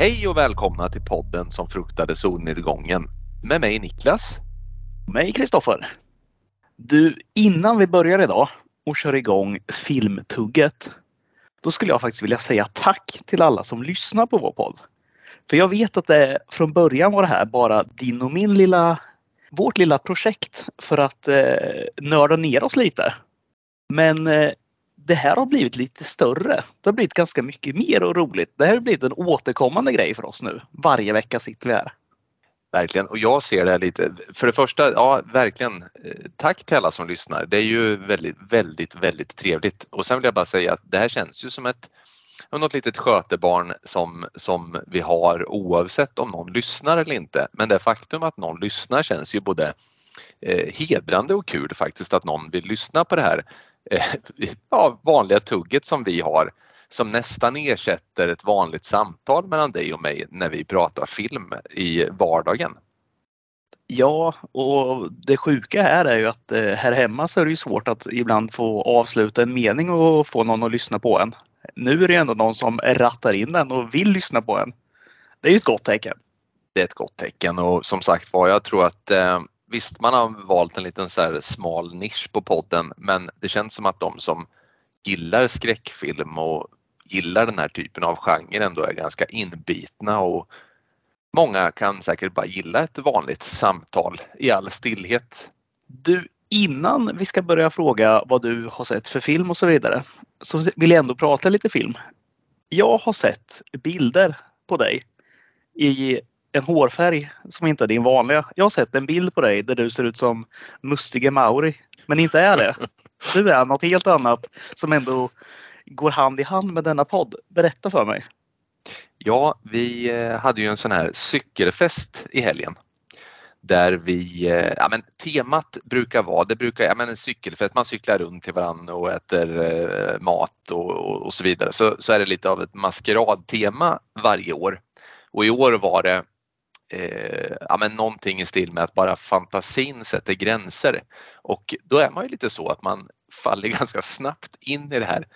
Hej och välkomna till podden som fruktade solnedgången. Med mig Niklas. Mig Kristoffer. Du, innan vi börjar idag och kör igång filmtugget, då skulle jag faktiskt vilja säga tack till alla som lyssnar på vår podd. För jag vet att det från början var det här bara din och vårt lilla projekt för att nörda ner oss lite. Men det här har blivit lite större. Det har blivit ganska mycket mer och roligt. Det här har blivit en återkommande grej för oss nu. Varje vecka sitter vi här. Verkligen, och jag ser det här lite, för det första, ja verkligen, tack till alla som lyssnar. Det är ju väldigt trevligt. Och sen vill jag bara säga att det här känns ju som något litet skötebarn som vi har oavsett om någon lyssnar eller inte. Men det faktum att någon lyssnar känns ju både hedrande och kul faktiskt, att någon vill lyssna på det här vanliga tugget som vi har, som nästan ersätter ett vanligt samtal mellan dig och mig när vi pratar film i vardagen. Ja, och det sjuka här är ju att här hemma så är det ju svårt att ibland få avsluta en mening och få någon att lyssna på en. Nu är det ändå någon som rattar in den och vill lyssna på en. Det är ju ett gott tecken. Det är ett gott tecken, och som sagt var, jag tror att visst, man har valt en liten så här smal nisch på podden, men det känns som att de som gillar skräckfilm och gillar den här typen av genre ändå är ganska inbitna, och många kan säkert bara gilla ett vanligt samtal i all stillhet. Du, innan vi ska börja fråga vad du har sett för film och så vidare, så vill jag ändå prata lite film. Jag har sett bilder på dig i en hårfärg som inte är din vanliga. Jag har sett en bild på dig där du ser ut som Mustige Mauri, men inte är det. Du är något helt annat som ändå går hand i hand med denna podd. Berätta för mig. Ja, vi hade ju en sån här cykelfest i helgen. Där vi, temat brukar vara, en cykelfest, man cyklar runt till varandra och äter mat och så vidare. Så är det lite av ett maskeradtema varje år. Och i år var det någonting i stil med att bara fantasin sätter gränser. Och då är man ju lite så att man faller ganska snabbt in i det här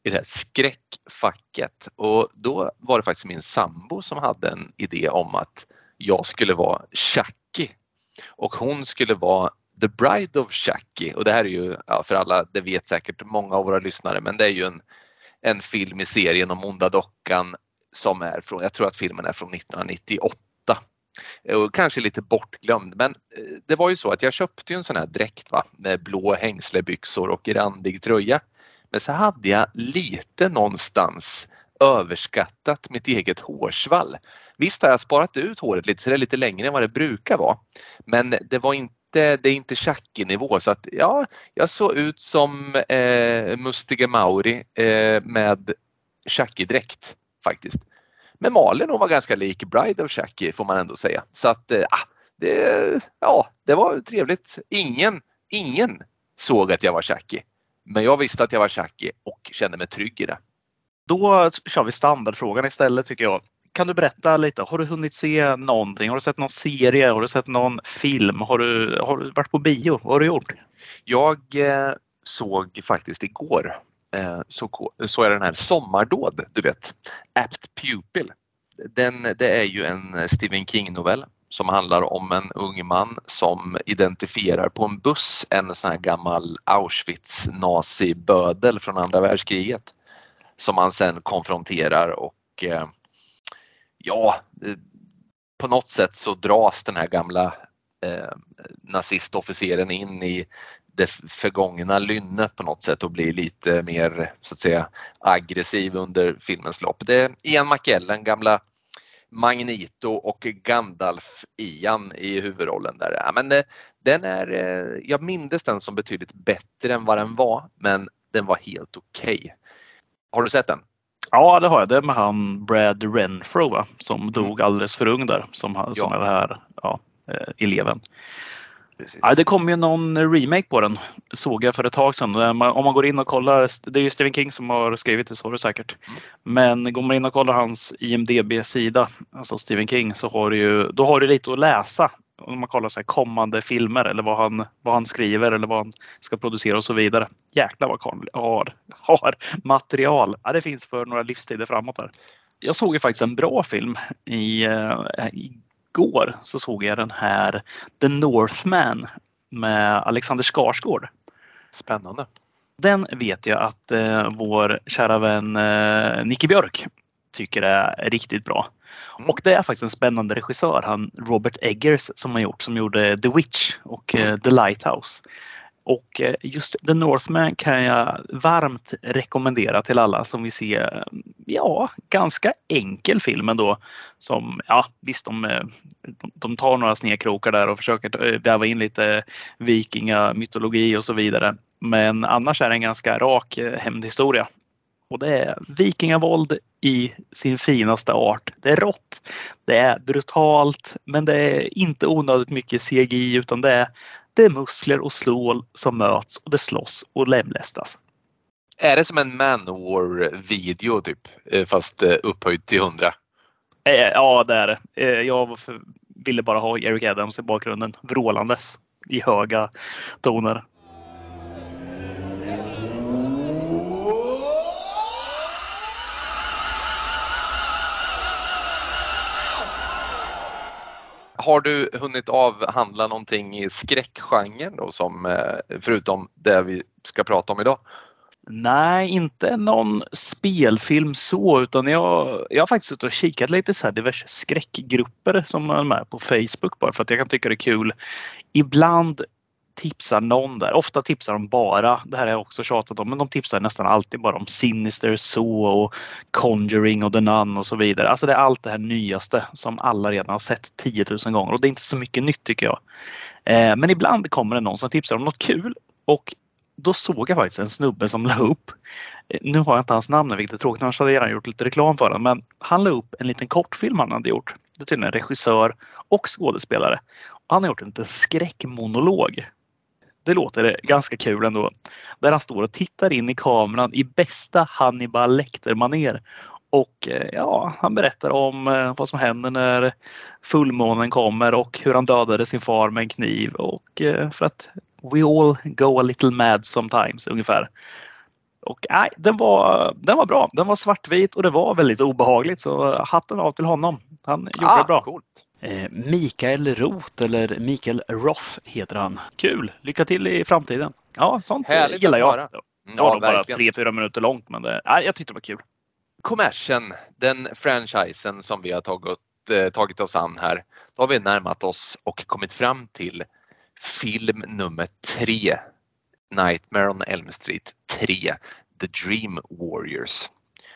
skräckfacket. Och då var det faktiskt min sambo som hade en idé om att jag skulle vara Chucky och hon skulle vara The Bride of Chucky. Och det här är ju, för alla, det vet säkert många av våra lyssnare, men det är ju en film i serien om Onda dockan som är från, jag tror att filmen är från 1998. Och kanske lite bortglömd, men det var ju så att jag köpte ju en sån här dräkt med blå hängslebyxor och randig tröja. Men så hade jag lite någonstans överskattat mitt eget hårsvall. Visst har jag sparat ut håret lite, så det är lite längre än vad det brukar vara. Men det är inte Chucky-nivå, så att ja, jag såg ut som Mustige Mauri med Chucky-dräkt faktiskt. Men Malin, hon var ganska lik Bride of Chucky, får man ändå säga. Så att det var trevligt. Ingen såg att jag var Chucky. Men jag visste att jag var Chucky och kände mig trygg i det. Då kör vi standardfrågan istället, tycker jag. Kan du berätta lite? Har du hunnit se någonting? Har du sett någon serie? Har du sett någon film? Har du varit på bio? Vad har du gjort? Jag såg faktiskt igår så är den här Sommardåd, du vet, Apt Pupil. Det är ju en Stephen King-novell som handlar om en ung man som identifierar på en buss en sån här gammal Auschwitz-nazi-bödel från andra världskriget som han sen konfronterar, och på något sätt så dras den här gamla nazistofficeren in i det förgångna lynnet på något sätt och blir lite mer, så att säga, aggressiv under filmens lopp. Det är Ian McKellen, gamla Magneto, och Gandalf Ian i huvudrollen där. Ja, men jag minns den som betydligt bättre än vad den var, men den var helt okej. Har du sett den? Ja, det har jag. Det är med han Brad Renfro, som dog alldeles för ung där, som är det här eleven. Ja, det kom ju någon remake på den, såg jag för ett tag sedan. Om man går in och kollar, det är ju Stephen King som har skrivit det, så är det säkert. Men går man in och kollar hans IMDb-sida, alltså Stephen King, så då har du lite att läsa. Om man kollar så här kommande filmer eller vad han skriver eller vad han ska producera och så vidare. Jäklar vad Carl har material. Ja, det finns för några livstider framåt här. Jag såg ju faktiskt en bra film igår så såg jag den här The Northman med Alexander Skarsgård. Spännande. Den vet jag att vår kära vän Nicky Björk tycker är riktigt bra. Och det är faktiskt en spännande regissör, han Robert Eggers som gjorde The Witch och The Lighthouse. Och just The Northman kan jag varmt rekommendera till alla som vill se, ganska enkel film ändå. Som, visst de tar några snedkrokar där och försöker väva in lite vikingamytologi och så vidare. Men annars är det en ganska rak hämndhistoria. Och det är vikingavåld i sin finaste art. Det är rått, det är brutalt, men det är inte onödigt mycket CGI utan det är muskler och slål som möts och det slåss och lemlästas. Är det som en Manowar-video typ, fast upphöjt till 100? Ja, det är det. Jag ville bara ha Eric Adams i bakgrunden, vrålandes i höga toner. Har du hunnit avhandla någonting i skräckgenren då, som förutom det vi ska prata om idag? Nej, inte någon spelfilm så, utan jag har faktiskt suttit och kikat lite så här diverse skräckgrupper som är med på Facebook bara för att jag kan tycka det är kul. Ibland tipsar någon där, ofta tipsar de bara, det här har jag också tjatat om, men de tipsar nästan alltid bara om Sinister, Saw och Conjuring och The Nun och så vidare. Alltså det är allt det här nyaste som alla redan har sett 10 000 gånger och det är inte så mycket nytt tycker jag. Men ibland kommer det någon som tipsar om något kul och då såg jag faktiskt en snubbe som la upp, nu har jag inte hans namn vilket är tråkigt, annars hade jag redan gjort lite reklam för den, men han la upp en liten kortfilm han hade gjort. Det är tydligen en regissör och skådespelare. Han har gjort en liten skräckmonolog. Det låter ganska kul ändå. Där han står och tittar in i kameran i bästa Hannibal Lecter-manér. Och han berättar om vad som händer när fullmånen kommer och hur han dödade sin far med en kniv. Och för att we all go a little mad sometimes ungefär. Och den var bra. Den var svartvit och det var väldigt obehagligt. Så hatten av till honom. Han gjorde det bra. Coolt. Mikael Roth eller Mikael Roth heter han. Kul! Lycka till i framtiden. Ja, sånt härligt gillar jag. Ja, Det var bara verkligen. 3-4 minuter långt, men jag tyckte det var kul. Kommersen, den franchisen som vi har tagit oss an här, då har vi närmat oss och kommit fram till film nummer 3. Nightmare on Elm Street 3. The Dream Warriors.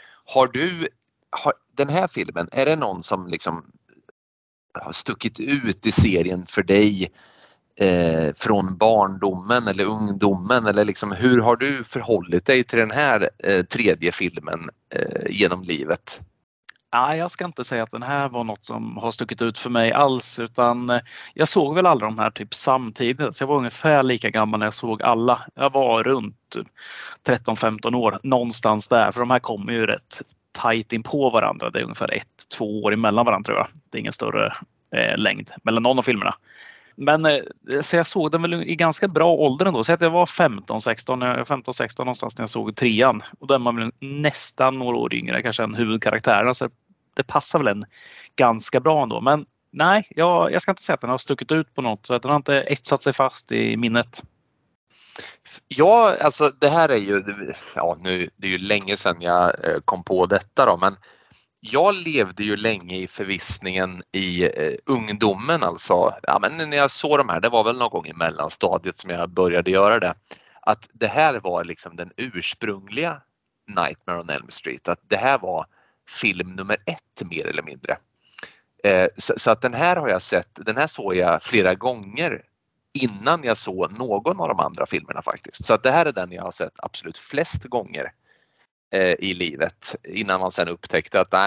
Den här filmen, är det någon som liksom har stuckit ut i serien för dig från barndomen eller ungdomen, eller liksom, hur har du förhållit dig till den här tredje filmen genom livet? Jag ska inte säga att den här var något som har stuckit ut för mig alls, utan jag såg väl alla de här typ samtidigt. Så jag var ungefär lika gammal när jag såg alla. Jag var runt 13-15 år, någonstans där, för de här kommer ju rätt tajt in på varandra. Det är ungefär 1-2 år emellan varandra tror jag. Det är ingen större längd mellan någon av filmerna. Men så jag såg den väl i ganska bra ålder ändå. Så att jag var 15-16 någonstans när jag såg 3:an. Och då är man väl nästan några år yngre kanske än huvudkaraktären. Så det passar väl en ganska bra ändå. Men nej, jag ska inte säga att den har stuckit ut på något. Så att den har inte etsat sig fast i minnet. Ja, alltså det här är ju, det är ju länge sedan jag kom på detta då, men jag levde ju länge i förvissningen i ungdomen alltså. Ja, men när jag såg de här, det var väl någon gång i mellanstadiet som jag började göra det. Att det här var liksom den ursprungliga Nightmare on Elm Street. Att det här var film nummer 1 mer eller mindre. Så att den här har jag sett, den här såg jag flera gånger innan jag såg någon av de andra filmerna faktiskt. Så att det här är den jag har sett absolut flest gånger i livet, innan man sen upptäckte att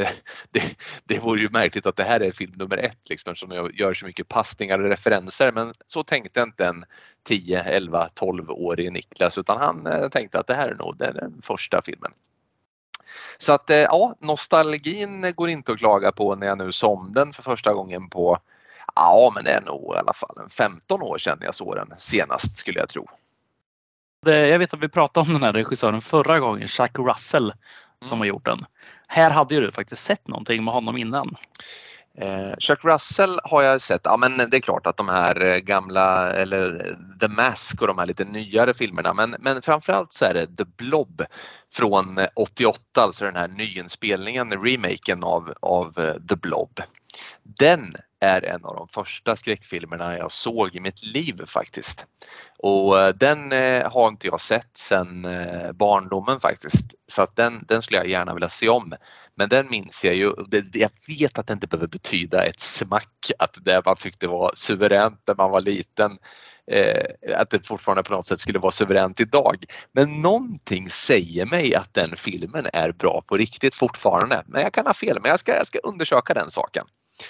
det vore ju märkligt att det här är film nummer 1 liksom, eftersom jag gör så mycket passningar och referenser, men så tänkte inte en 10, 11, 12-årig Niklas, utan han tänkte att det här är nog den första filmen. Så att nostalgin går inte att klaga på när jag nu som den för första gången på, men det är nog i alla fall 15 år sedan jag såg den senast skulle jag tro. Jag vet att vi pratade om den här regissören förra gången, Chuck Russell, som har gjort den. Här hade ju du faktiskt sett någonting med honom innan. Chuck Russell har jag sett, ja men det är klart att de här gamla, eller The Mask och de här lite nyare filmerna, men framförallt så är det The Blob från 88, alltså den här nyinspelningen, remaken av The Blob. Den är en av de första skräckfilmerna jag såg i mitt liv faktiskt. Och den har inte jag sett sedan barndomen faktiskt. Så att den skulle jag gärna vilja se om. Men den minns jag ju, jag vet att det inte behöver betyda ett smack, att det man tyckte var suveränt när man var liten, att det fortfarande på något sätt skulle vara suveränt idag. Men någonting säger mig att den filmen är bra på riktigt fortfarande. Men jag kan ha fel, men jag ska undersöka den saken.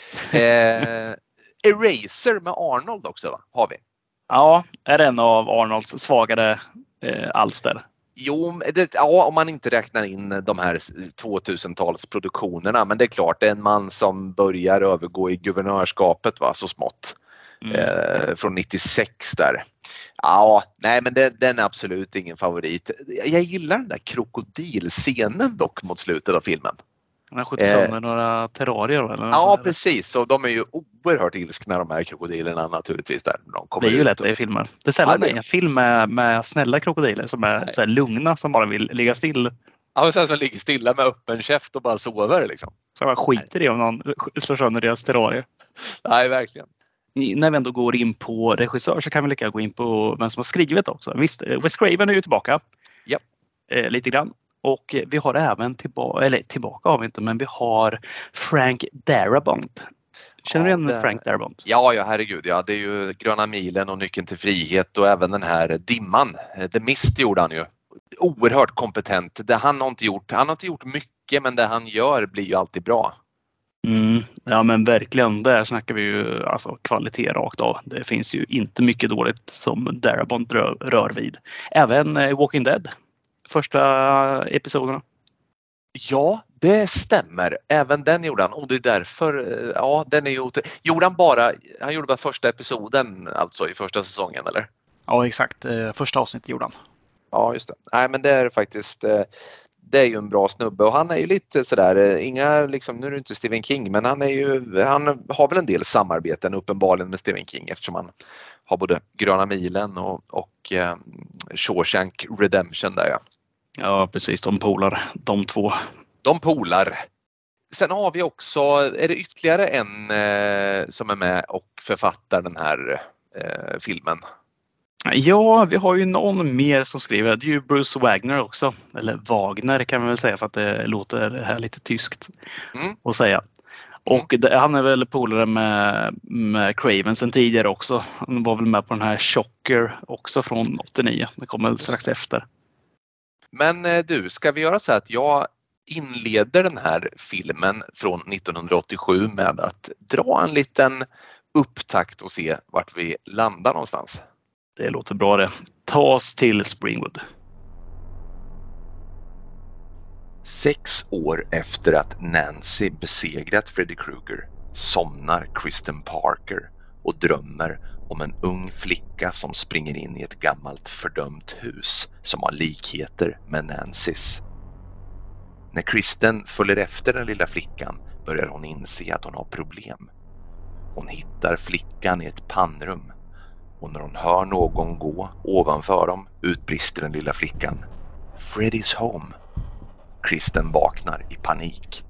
Eraser med Arnold också, va? Har vi? Ja, är en av Arnolds svagare alster. Jo, om man inte räknar in de här 2000-talsproduktionerna, men det är klart, det är en man som börjar övergå i guvernörskapet, va, så smått. Från 96 där. Ja, nej, men den är absolut ingen favorit. Jag gillar den där krokodilscenen dock mot slutet av filmen. Han har skjutit sönder några terrarier. Eller ja, precis. Och de är ju oerhört ilskna, de här krokodilerna naturligtvis. Där de kommer det är ju lätt i filmer. Det är sällan en film med snälla krokodiler som är så här lugna, som bara vill ligga still. Ja, men som ligger stilla med öppen käft och bara sover liksom. Så man skiter i om någon slår sönder deras terrarier. Nej, verkligen. När vi ändå går in på regissör så kan vi lika gå in på vem som har skrivit också. Visst, Wes Craven är ju tillbaka. Ja. Lite grann. Och vi har även tillbaka har vi inte, men vi har Frank Darabont. Känner du igen Frank Darabont? Ja, herregud. Ja, det är ju Gröna milen och Nyckeln till frihet och även den här Dimman. The Mist gjorde han ju. Oerhört kompetent. Han har inte gjort mycket, men det han gör blir ju alltid bra. Ja, men verkligen. Där snackar vi ju alltså kvalitet rakt av. Det finns ju inte mycket dåligt som Darabont rör vid. Även Walking Dead. Första episoderna. Ja, det stämmer. Även den gjorde han. Och det är därför, ja, den är ju... Han gjorde bara första episoden, alltså i första säsongen, eller? Ja, exakt. Första avsnittet gjorde han. Ja, just det. Nej, men det är faktiskt... Det är ju en bra snubbe och han är ju lite sådär, nu är det inte Stephen King, men han har väl en del samarbeten uppenbarligen med Stephen King, eftersom han har både Gröna milen och Shawshank Redemption där, ja. Ja, precis. De polar, de två. De polar. Sen har vi också, är det ytterligare en som är med och författar den här filmen? Ja, vi har ju någon mer som skriver. Det är ju Bruce Wagner också. Eller Wagner kan man väl säga, för att det låter här lite tyskt att säga. Och han är väl polare med Craven sen tidigare också. Han var väl med på den här Shocker också från 89. Det kommer strax efter. Men du, ska vi göra så att jag inleder den här filmen från 1987 med att dra en liten upptakt och se vart vi landar någonstans? Det låter bra det. Ta oss till Springwood. 6 år efter att Nancy besegrat Freddy Krueger somnar Kristen Parker och drömmer om en ung flicka som springer in i ett gammalt fördömt hus som har likheter med Nancys. När Kristen följer efter den lilla flickan börjar hon inse att hon har problem. Hon hittar flickan i ett pannrum. Och när hon hör någon gå ovanför dem utbrister den lilla flickan: Freddy's home. Kristen vaknar i panik.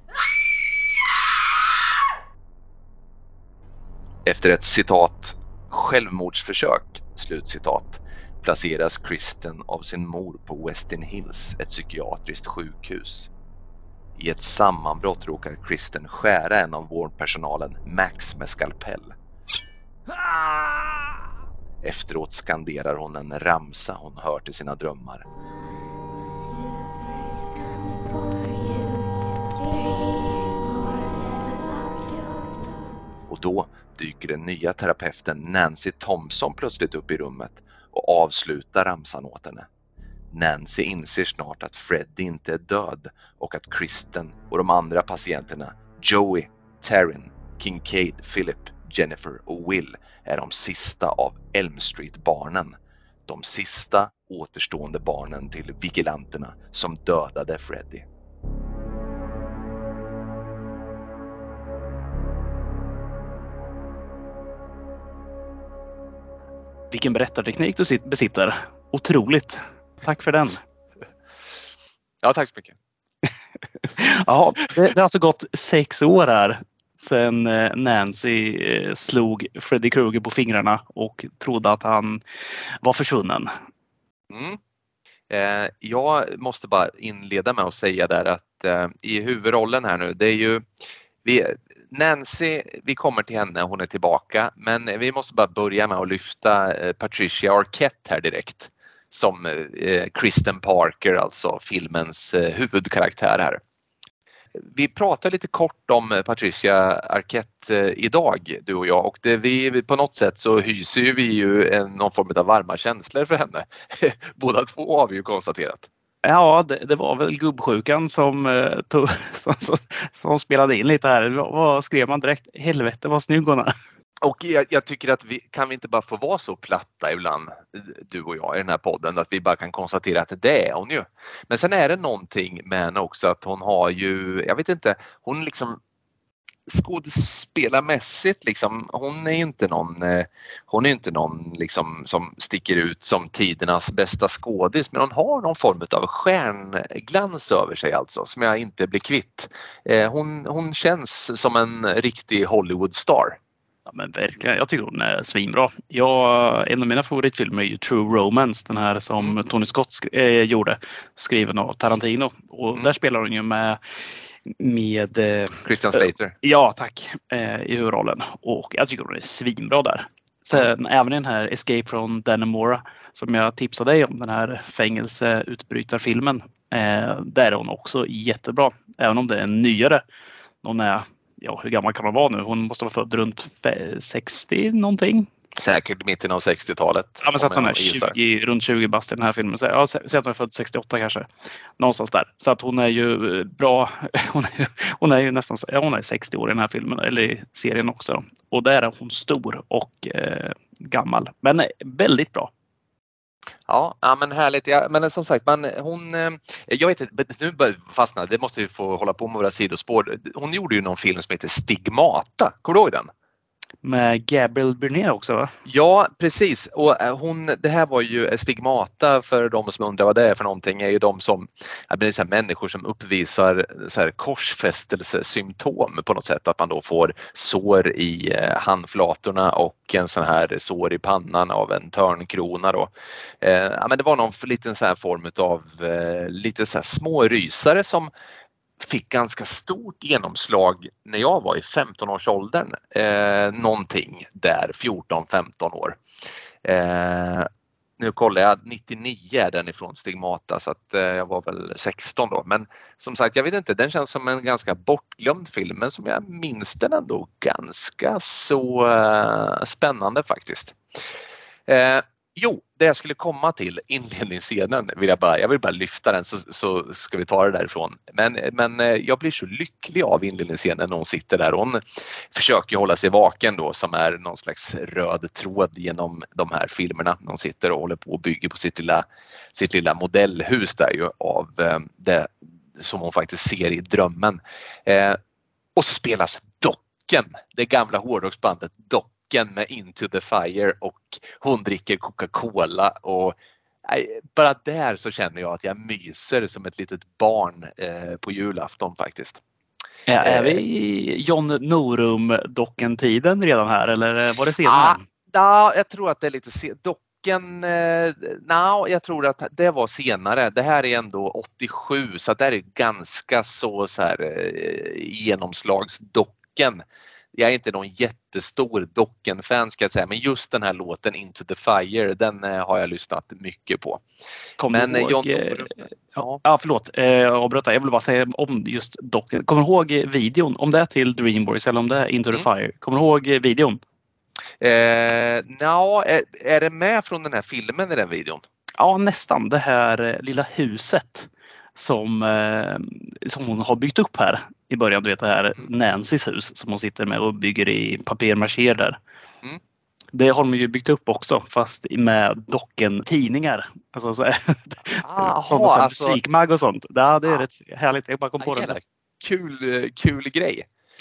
Efter ett citat självmordsförsök, slutcitat, placeras Kristen av sin mor på Westin Hills, ett psykiatriskt sjukhus. I ett sammanbrott råkar Kristen skära en av vårdpersonalen, Max, med skalpell. Efteråt skanderar hon en ramsa hon hör till sina drömmar. Och då dyker den nya terapeuten Nancy Thompson plötsligt upp i rummet och avslutar ramsan åt henne. Nancy inser snart att Freddy inte är död och att Kristen och de andra patienterna, Joey, Taryn, Kincaid, Philip, Jennifer och Will, är de sista av Elm Street-barnen. De sista återstående barnen till vigilanterna som dödade Freddy. Vilken berättarteknik du besitter. Otroligt. Tack för den. Ja, tack så mycket. Ja, det har alltså gått 6 år här sedan Nancy slog Freddy Krueger på fingrarna och trodde att han var försvunnen. Jag måste bara inleda med att säga där att i huvudrollen här nu, det är ju Nancy, vi kommer till henne, hon är tillbaka, men vi måste bara börja med att lyfta Patricia Arquette här direkt som Kristen Parker, alltså filmens huvudkaraktär här. Vi pratar lite kort om Patricia Arquette idag, du och jag, och vi på något sätt så hyser vi någon form av varma känslor för henne. Båda två har vi ju konstaterat. Ja, det var väl gubbsjukan som spelade in lite här. Vad skrev man direkt? Helvete vad snygg hon är. Och jag tycker att kan vi inte bara få vara så platta ibland, du och jag i den här podden, att vi bara kan konstatera att det är hon ju. Men sen är det någonting med henne också att hon har ju, jag vet inte, hon liksom skådespelarmässigt liksom, hon är inte någon liksom som sticker ut som tidernas bästa skådis, men hon har någon form av stjärnglans över sig alltså, som jag inte blir kvitt. Hon känns som en riktig Hollywood-star. Ja, men verkligen. Jag tycker hon är svinbra. En av mina favoritfilmer är ju True Romance, den här som Tony Scott gjorde, skriven av Tarantino. Och där spelar hon ju med Christian Slater. Ja, tack. I huvudrollen. Och jag tycker hon är svinbra där. Sen även i den här Escape from Dannemora som jag tipsade dig om, den här fängelseutbrytarfilmen. Där är hon också jättebra. Även om det är en nyare. Hon är, hur gammal kan hon vara nu? Hon måste vara född runt 60 någonting. Säkert mitten av 60-talet. Ja, men så att hon är runt 20 bast i den här filmen. Så, ja, så att hon är född 68 kanske. Någonstans där. Så att hon är ju bra. Hon är ju nästan, hon är 60 år i den här filmen. Eller i serien också. Och där är hon stor och gammal. Men väldigt bra. Ja, men härligt. Ja, men som sagt, jag vet inte, nu börjar fastna, det måste vi få hålla på med våra sidospår. Hon gjorde ju någon film som heter Stigmata. Kommer du ihåg den? Med Gabriel Byrne också, va? Ja, precis. Och det här var ju Stigmata, för de som undrar vad det är för någonting, är ju de som så här, människor som uppvisar så här korsfästelsesymptom på något sätt, att man då får sår i handflatorna och en sån här sår i pannan av en törnkrona då. Men det var någon liten så här form av lite så här små rysare som fick ganska stort genomslag när jag var i 15-årsåldern. Någonting där, 14-15 år. Nu kollar jag, 99 är den ifrån Stigmata, så att jag var väl 16 då. Men som sagt, jag vet inte, den känns som en ganska bortglömd film, men som jag minns den ändå ganska så spännande faktiskt. Det jag skulle komma till inledningsscenen jag vill bara lyfta den så ska vi ta det därifrån. Men jag blir så lycklig av inledningsscenen när hon sitter där. Hon försöker hålla sig vaken då, som är någon slags röd tråd genom de här filmerna. Hon sitter och håller på och bygger på sitt lilla modellhus där ju, av det som hon faktiskt ser i drömmen. Och så spelas Dokken, det gamla hårdrocksbandet Dokken, med Into the Fire, och hon dricker Coca-Cola, och bara där så känner jag att jag myser som ett litet barn på julafton faktiskt. Ja, är vi i John Norum-Docken-tiden redan här, eller var det senare? Ja, jag tror att det är lite jag tror att det var senare. Det här är ändå 87, så det är ganska så här genomslagsdocken. Jag är inte någon jättestor Dokken-fan ska jag säga, men just den här låten Into the Fire, den har jag lyssnat mycket på. Förlåt, jag vill bara säga om just Dokken. Kommer du ihåg videon? Om det är till Dreamboys eller om det är Into the Fire? Kommer du ihåg videon? Är det med från den här filmen i den videon? Ja, nästan. Det här lilla huset som hon har byggt upp här i början, du vet det här Nancys hus som hon sitter med och bygger i papier-maché där. Det har de ju byggt upp också, fast med Docken-tidningar. Alltså sådana musikmagg och sånt. Ja, det är rätt härligt. Jag bara kom på det. Kul grej.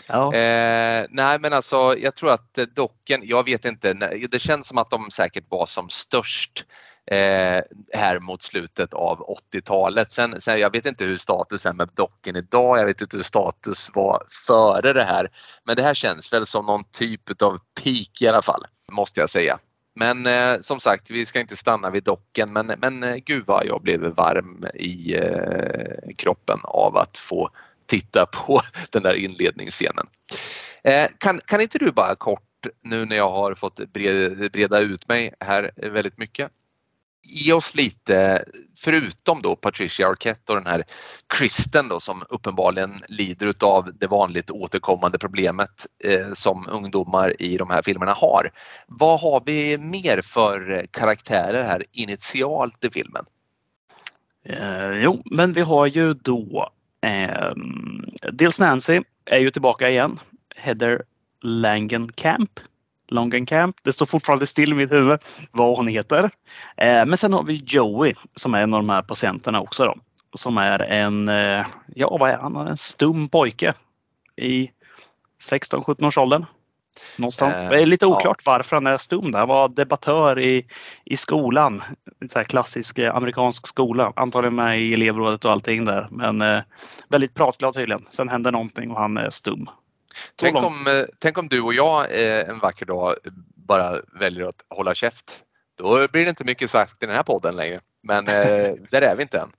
Ja. Nej, men alltså jag tror att docken, jag vet inte, det känns som att de säkert var som störst här mot slutet av 80-talet. Sen jag vet inte hur statusen med docken idag, jag vet inte hur status var före det här. Men det här känns väl som någon typ av peak i alla fall, måste jag säga. Men som sagt, vi ska inte stanna vid docken, men gud vad jag blev varm i kroppen av att få titta på den där inledningsscenen. Kan inte du bara kort, nu när jag har fått breda ut mig här väldigt mycket, ge oss lite, förutom då Patricia Arquette och den här Kristen då, som uppenbarligen lider av det vanligt återkommande problemet som ungdomar i de här filmerna har. Vad har vi mer för karaktärer här initialt i filmen? Jo, men vi har ju då dels Nancy är ju tillbaka igen. Heather Langenkamp. Det står fortfarande still i mitt huvud vad hon heter. Men sen har vi Joey som är en av de här patienterna också då. Som är en, vad är han? En stum pojke i 16-17 års åldern. Någonstans. Det är lite oklart varför han är stum. Han var debattör i skolan. En så här klassisk amerikansk skola. Antagligen med i elevrådet och allting där. Men väldigt pratglad tydligen. Sen händer någonting och han är stum. Tänk om du och jag en vacker dag bara väljer att hålla käft. Då blir det inte mycket sagt i den här podden längre. Men där är vi inte än.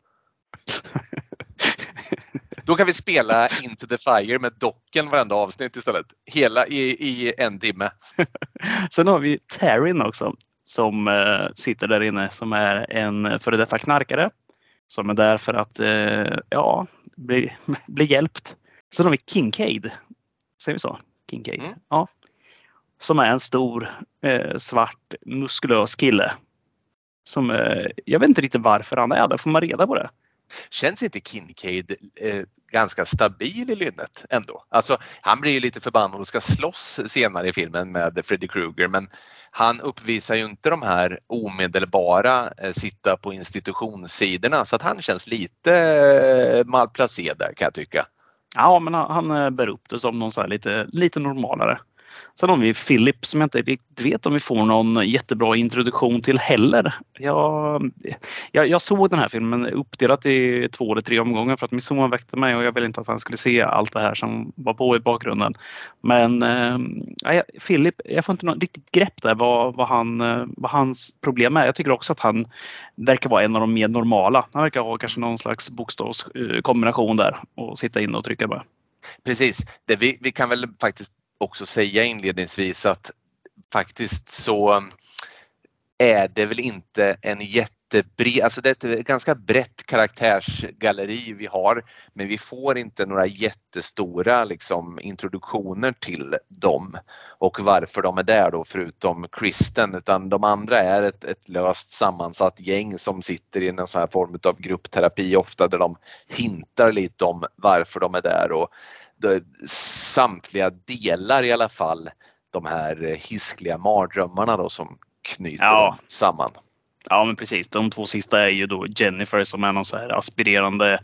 Då kan vi spela Into the Fire med docken varenda avsnitt istället. Hela i en timme. Sen har vi Taryn också. Som sitter där inne. Som är en före detta knarkare. Som är där för att bli hjälpt. Sen har vi Kincaid. Säger vi så? Kincaid. Mm. Ja. Som är en stor svart muskulös kille. Som jag vet inte riktigt varför han är där. Får man reda på det? Känns inte Kincaid ganska stabil i lynnet ändå? Alltså, han blir ju lite förbannad och ska slåss senare i filmen med Freddy Krueger, men han uppvisar ju inte de här omedelbara sitta på institutionssidorna, så att han känns lite malplacerad där, kan jag tycka. Ja, men han bär upp det som någon så här lite normalare. Sen har vi Philip som jag inte riktigt vet om vi får någon jättebra introduktion till heller. Jag såg den här filmen uppdelat i 2 eller 3 omgångar för att min son väckte mig och jag ville inte att han skulle se allt det här som var på i bakgrunden. Men Philip, jag får inte något riktigt grepp där vad hans problem är. Jag tycker också att han verkar vara en av de mer normala. Han verkar ha kanske någon slags bokstavskombination där och sitta in och trycka bara. Precis, vi kan väl faktiskt också säga inledningsvis att faktiskt så är det väl inte en jättebred, alltså det är ett ganska brett karaktärsgalleri vi har, men vi får inte några jättestora liksom introduktioner till dem och varför de är där då, förutom Kristen, utan de andra är ett löst sammansatt gäng som sitter i en sån här form av gruppterapi ofta, där de hintar lite om varför de är där, och samtliga delar i alla fall de här hiskliga mardrömmarna då som knyter dem samman. Ja, men precis. De 2 sista är ju då Jennifer som är någon så här aspirerande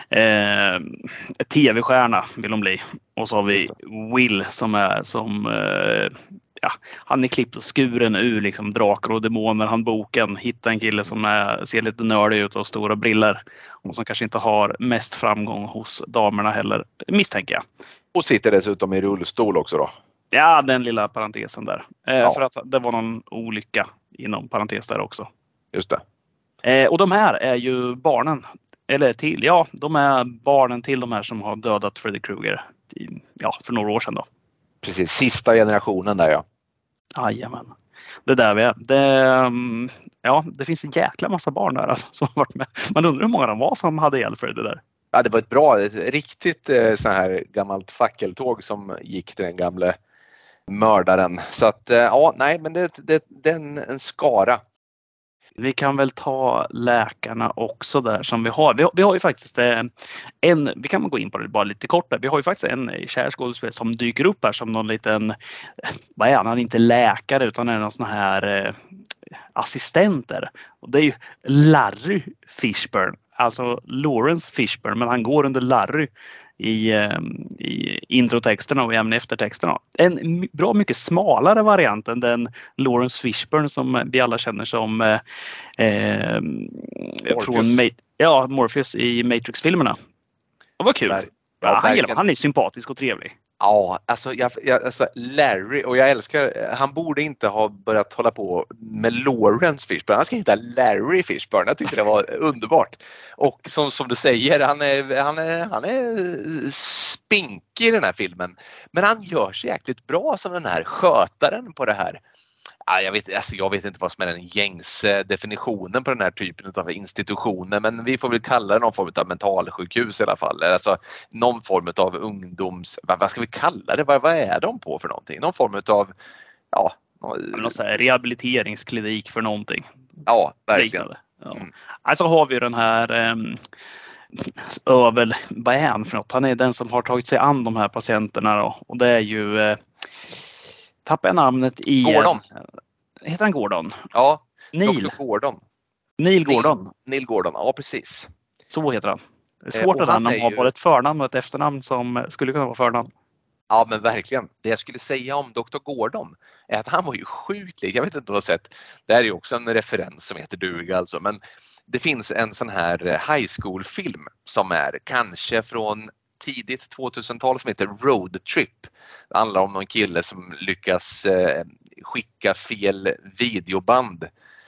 tv-stjärna vill de bli. Och så har vi Will som är han är klippt och skuren ur liksom drakar och demoner. Han boken hittar en kille som ser lite nördig ut och har stora briller. Och som kanske inte har mest framgång hos damerna heller, misstänker jag. Och sitter dessutom i rullstol också då. Ja, den lilla parentesen där. För att det var någon olycka inom parentes där också. Just det. Och de här är ju barnen. De är barnen till de här som har dödat Freddy Krueger för några år sedan då. Precis, sista generationen där Jajamän. Det där vi är. Det finns en jäkla massa barn där alltså, som har varit med. Man undrar hur många de var som hade ihjäl Freddy där. Ja, det var ett riktigt så här gammalt fackeltåg som gick till den gamla mördaren. Så att men det är en skara. Vi kan väl ta läkarna också där som vi har. Vi har ju faktiskt vi kan gå in på det bara lite kort där. Vi har ju faktiskt en kär skådespelare som dyker upp här som någon liten, vad är han? Han är inte läkare utan är någon sån här assistenter. Och det är ju Larry Fishburne. Alltså Lawrence Fishburne, men han går under Larry i introtexterna och även eftertexterna. En bra mycket smalare variant än den Lawrence Fishburne som vi alla känner som Morpheus i Matrix-filmerna. Det var kul. Han är sympatisk och trevlig. Ja, alltså Larry, och jag älskar, han borde inte ha börjat hålla på med Lawrence Fishburne. Han ska hitta Larry Fishburne. Jag tyckte det var underbart. Och som du säger, han är spinkig i den här filmen. Men han gör sig jäkligt bra som den här skötaren på det här. Ja, jag vet inte vad som är den gängse definitionen på den här typen av institutioner, men vi får väl kalla det någon form av mentalsjukhus i alla fall. Alltså någon form av vad ska vi kalla det? Vad är de på för någonting? Någon form av någon sån här rehabiliteringsklinik för någonting. Ja, verkligen. Ja. Alltså har vi den här vad är han för något? Han är den som har tagit sig an de här patienterna då. Och det är ju tappar jag namnet i... Gordon. Heter han Gordon? Ja, Neil. Dr. Gordon. Neil Gordon. Neil Gordon, ja precis. Så heter han. Det är svårt att han har både ett förnamn och ett efternamn som skulle kunna vara förnamn. Ja, men verkligen. Det jag skulle säga om Dr. Gordon är att han var ju sjukt lik. Jag vet inte om du har sett. Det här är ju också en referens som heter duga alltså. Men det finns en sån här high school-film som är kanske från tidigt 2000-tal som heter Road Trip. Det handlar om någon kille som lyckas skicka fel videoband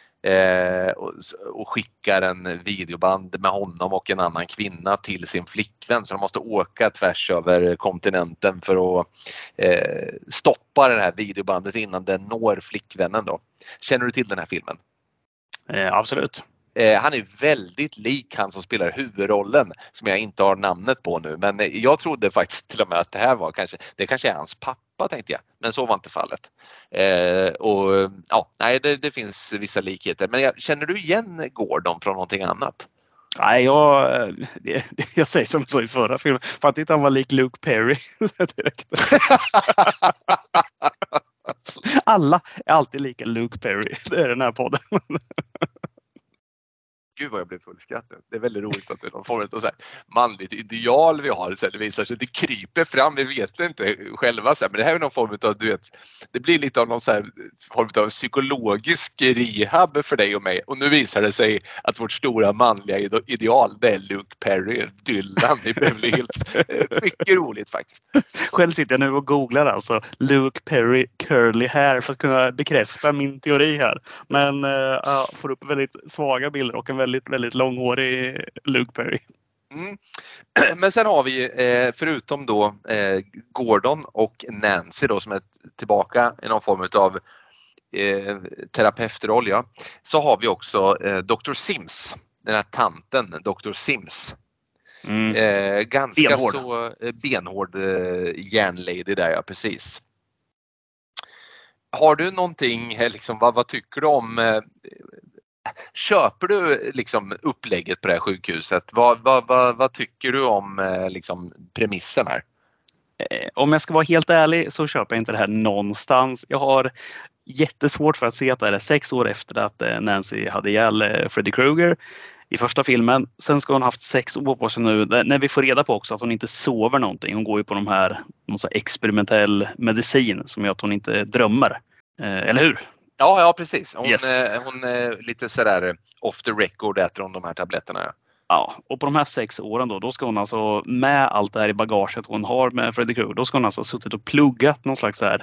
och skickar en videoband med honom och en annan kvinna till sin flickvän, så de måste åka tvärs över kontinenten för att stoppa det här videobandet innan den når flickvännen då. Känner du till den här filmen? Absolut. Han är väldigt lik han som spelar huvudrollen, som jag inte har namnet på nu, men jag trodde faktiskt till och med att det här var kanske är hans pappa, tänkte jag, men så var inte fallet. Det finns vissa likheter, men känner du igen Gordon från någonting annat? Nej, jag säger som jag sa i förra filmen, för att inte han var lik Luke Perry. Alla är alltid lika Luke Perry. Det är den här podden. Gud vad jag blev fullskrattad. Det är väldigt roligt att det är någon form av så här manligt ideal vi har. Så det visar sig, det kryper fram, vi vet inte själva. Så här, men det här är någon form av, du vet, det blir lite av någon så här form av psykologisk rehab för dig och mig. Och nu visar det sig att vårt stora manliga ideal, det är Luke Perry, Dylan i Beverly Hills. Mycket roligt faktiskt. Själv sitter jag nu och googlar alltså Luke Perry curly hair för att kunna bekräfta min teori här. Men jag får upp väldigt svaga bilder och en väldigt, väldigt långhårig Luke Perry. Mm. Men sen har vi förutom då Gordon och Nancy då, som är tillbaka i någon form av terapeutroll, ja, så har vi också Dr. Sims, den här tanten Dr. Sims. Ganska benhård. Så benhård järnlady där, ja, precis. Har du någonting, liksom, vad tycker du om, köper du liksom upplägget på det här sjukhuset? Vad tycker du om liksom premissen här? Om jag ska vara helt ärlig så köper jag inte det här någonstans. Jag har jättesvårt för att se att det är 6 år efter att Nancy hade ihjäl Freddy Krueger i första filmen. Sen ska hon haft 6 år på sig nu, när vi får reda på också att hon inte sover någonting. Hon går ju på någon så experimentell medicin som gör att hon inte drömmer. Eller hur? Ja, precis. Hon är lite sådär off the record, äter hon de här tabletterna. Ja, och på de här 6 åren då ska hon alltså med allt det här i bagaget hon har med Freddy Krueger, då ska hon alltså suttit och pluggat någon slags så här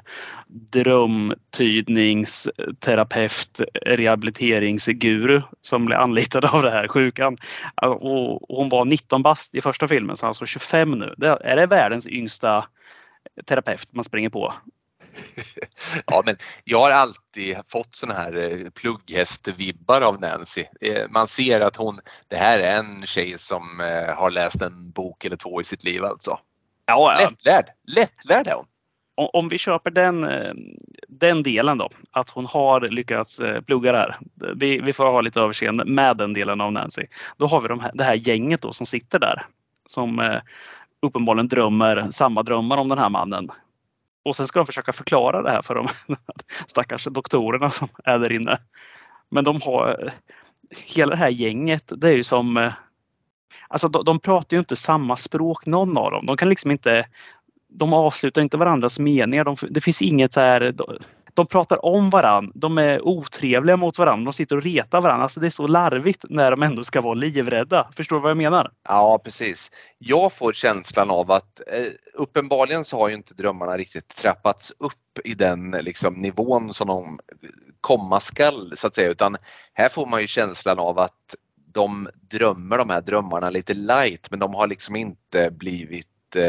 drömtydningsterapeut, rehabiliteringsguru som blev anlitad av det här sjukan. Och hon var 19 bast i första filmen, så alltså 25 nu. Är det världens yngsta terapeut man springer på? Ja, men jag har alltid fått såna här plugghästvibbar av Nancy. Man ser att det här är en tjej som har läst en bok eller 2 i sitt liv alltså. Ja. Lättlärd är hon. Om vi köper den delen då, att hon har lyckats plugga det här. Vi får ha lite överseende med den delen av Nancy. Då har vi det här gänget då som sitter där. Som uppenbarligen drömmer samma drömmar om den här mannen. Och sen ska de försöka förklara det här för de stackars doktorerna som är där inne. Men de har hela det här gänget, det är ju som Alltså de pratar ju inte samma språk, någon av dem. De kan liksom inte, de avslutar inte varandras meningar. Det finns inget så här, de pratar om varandra. De är otrevliga mot varandra. De sitter och retar varandra. Alltså det är så larvigt när de ändå ska vara livrädda. Förstår du vad jag menar? Ja, precis. Jag får känslan av att uppenbarligen så har ju inte drömmarna riktigt trappats upp i den liksom nivån som de komma skall, så att säga, utan här får man ju känslan av att de drömmer de här drömmarna lite light, men de har liksom inte blivit